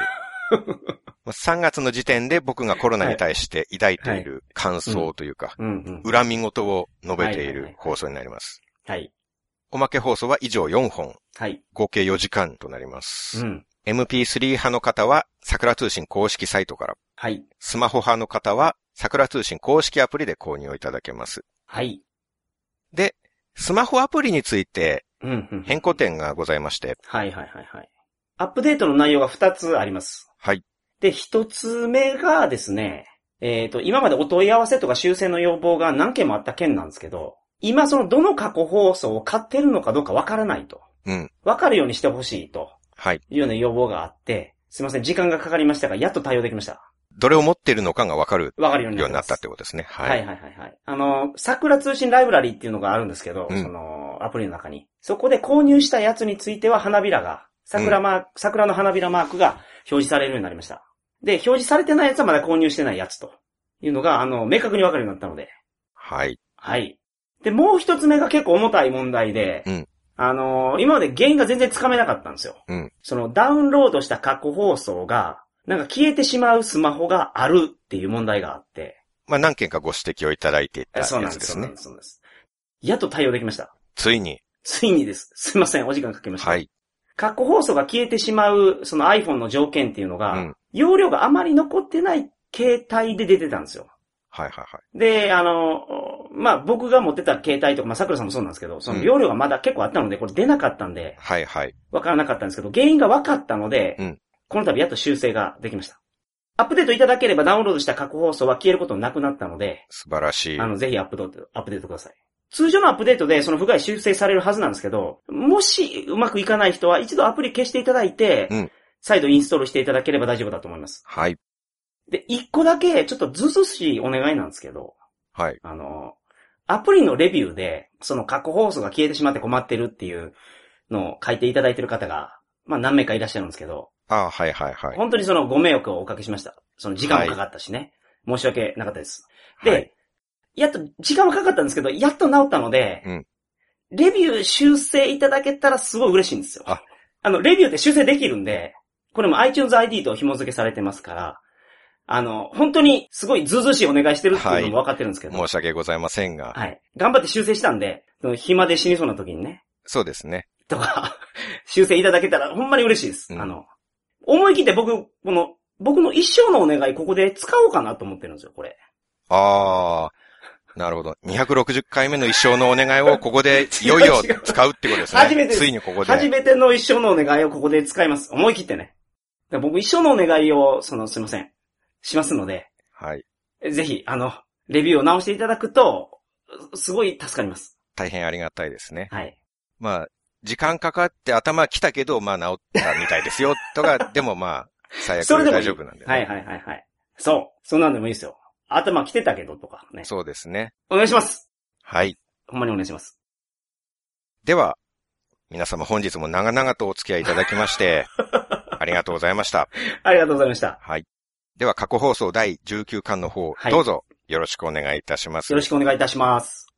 さんがつの時点で僕がコロナに対して抱いている感想というか、恨み事を述べている放送になります。はい。おまけ放送は以上よんほん。はい。合計よじかんとなります。うん。エムピースリー 派の方は、桜通信公式サイトから。はい。スマホ派の方は、桜通信公式アプリで購入いただけます。はい。で、スマホアプリについて、変更点がございまして。 はいはいはいはい。アップデートの内容がふたつあります。はい。で、一つ目がですね、えっと、今までお問い合わせとか修正の要望が何件もあった件なんですけど、今そのどの過去放送を買ってるのかどうかわからないと。うん。わかるようにしてほしいと。はい。いうような要望があって、すいません、時間がかかりましたが、やっと対応できました。 どれを持っているのかがわかる。わかるようになったってことですね。 はい。はいはいはいはい。あの、桜通信ライブラリーっていうのがあるんですけど、うん、その、アプリの中に。そこで購入したやつについては花びらが、桜マーク、うん、桜の花びらマークが表示されるようになりました。で、表示されてないやつはまだ購入してないやつというのが、あの、明確にわかるようになったので。はい。はい。で、もう一つ目が結構重たい問題で、うん、あの、今まで原因が全然つかめなかったんですよ。うん、そのダウンロードした過去放送が、なんか消えてしまうスマホがあるっていう問題があって。 まあ何件かご指摘をいただいていたやつですね。そうなんです、そうなんです。 やっと対応できました。 ついに。 ついにです。すいません、お時間かけました。 はい。 過去放送が消えてしまう、その iPhone の条件っていうのが、うん、容量があまり残ってない携帯で出てたんですよ。 はいはいはい。 で、あの、まあ、僕が持ってた携帯とか、まあ、桜さんもそうなんですけど、その容量がまだ結構あったので、これ出なかったんで、 はいはい。 わからなかったんですけど、原因が分かったので、うん、この度やっと修正ができました。アップデートいただければダウンロードした過去放送は消えることなくなったので、 素晴らしい。 あの、ぜひアップデート、アップデートください。通常のアップデートでその不具合修正されるはずなんですけど、もしうまくいかない人は一度アプリ消していただいて、うん、再度インストールしていただければ大丈夫だと思います。 はい。 で、一個だけちょっとずずしいお願いなんですけど、 はい。 あの、アプリのレビューで、その過去放送が消えてしまって困ってるっていうのを書いていただいている方が、まあ何名かいらっしゃるんですけど、 ああ、はいはいはい。 本当にそのご迷惑をおかけしました。その時間もかかったしね。はい、申し訳なかったです。で、はい、やっと、時間はかかったんですけど、やっと治ったので、うん、レビュー修正いただけたらすごい嬉しいんですよ。あ、あの、レビューって修正できるんで、これも iTunes アイディー と紐付けされてますから、あの、本当にすごいずうずうしいお願いしてるっていうのも分かってるんですけど。 はい、申し訳ございませんが。 はい。頑張って修正したんで、暇で死にそうな時にね。 そうですね。 とか、修正いただけたらほんまに嬉しいです。うん、あの、思い切って僕、この、僕の一生のお願いここで使おうかなと思ってるんですよ、これ。 あー、なるほど。にひゃくろくじゅっかいめの一生のお願いをここでいよいよ使うってことですね。 初めてです。 ついにここで。 初めての一生のお願いをここで使います。思い切ってね。僕一生のお願いを、その、すいません。しますので。 はい。 ぜひ、あの、レビューを直していただくと、すごい助かります。 大変ありがたいですね。 はい。 まあ、時間かかって頭来たけど、まあ治ったみたいですよ、とか、でもまあ、最悪大丈夫なんで、ね。 はいはいはいはい。そう。そんなんでもいいですよ。頭来てたけどとかね。 そうですね。 お願いします。 はい。 ほんまにお願いします。 では、皆様本日も長々とお付き合いいただきまして、ありがとうございました。 ありがとうございました。 はい。では過去放送だいじゅうきゅうかんの方、はい、どうぞよろしくお願いいたします。 よろしくお願いいたします。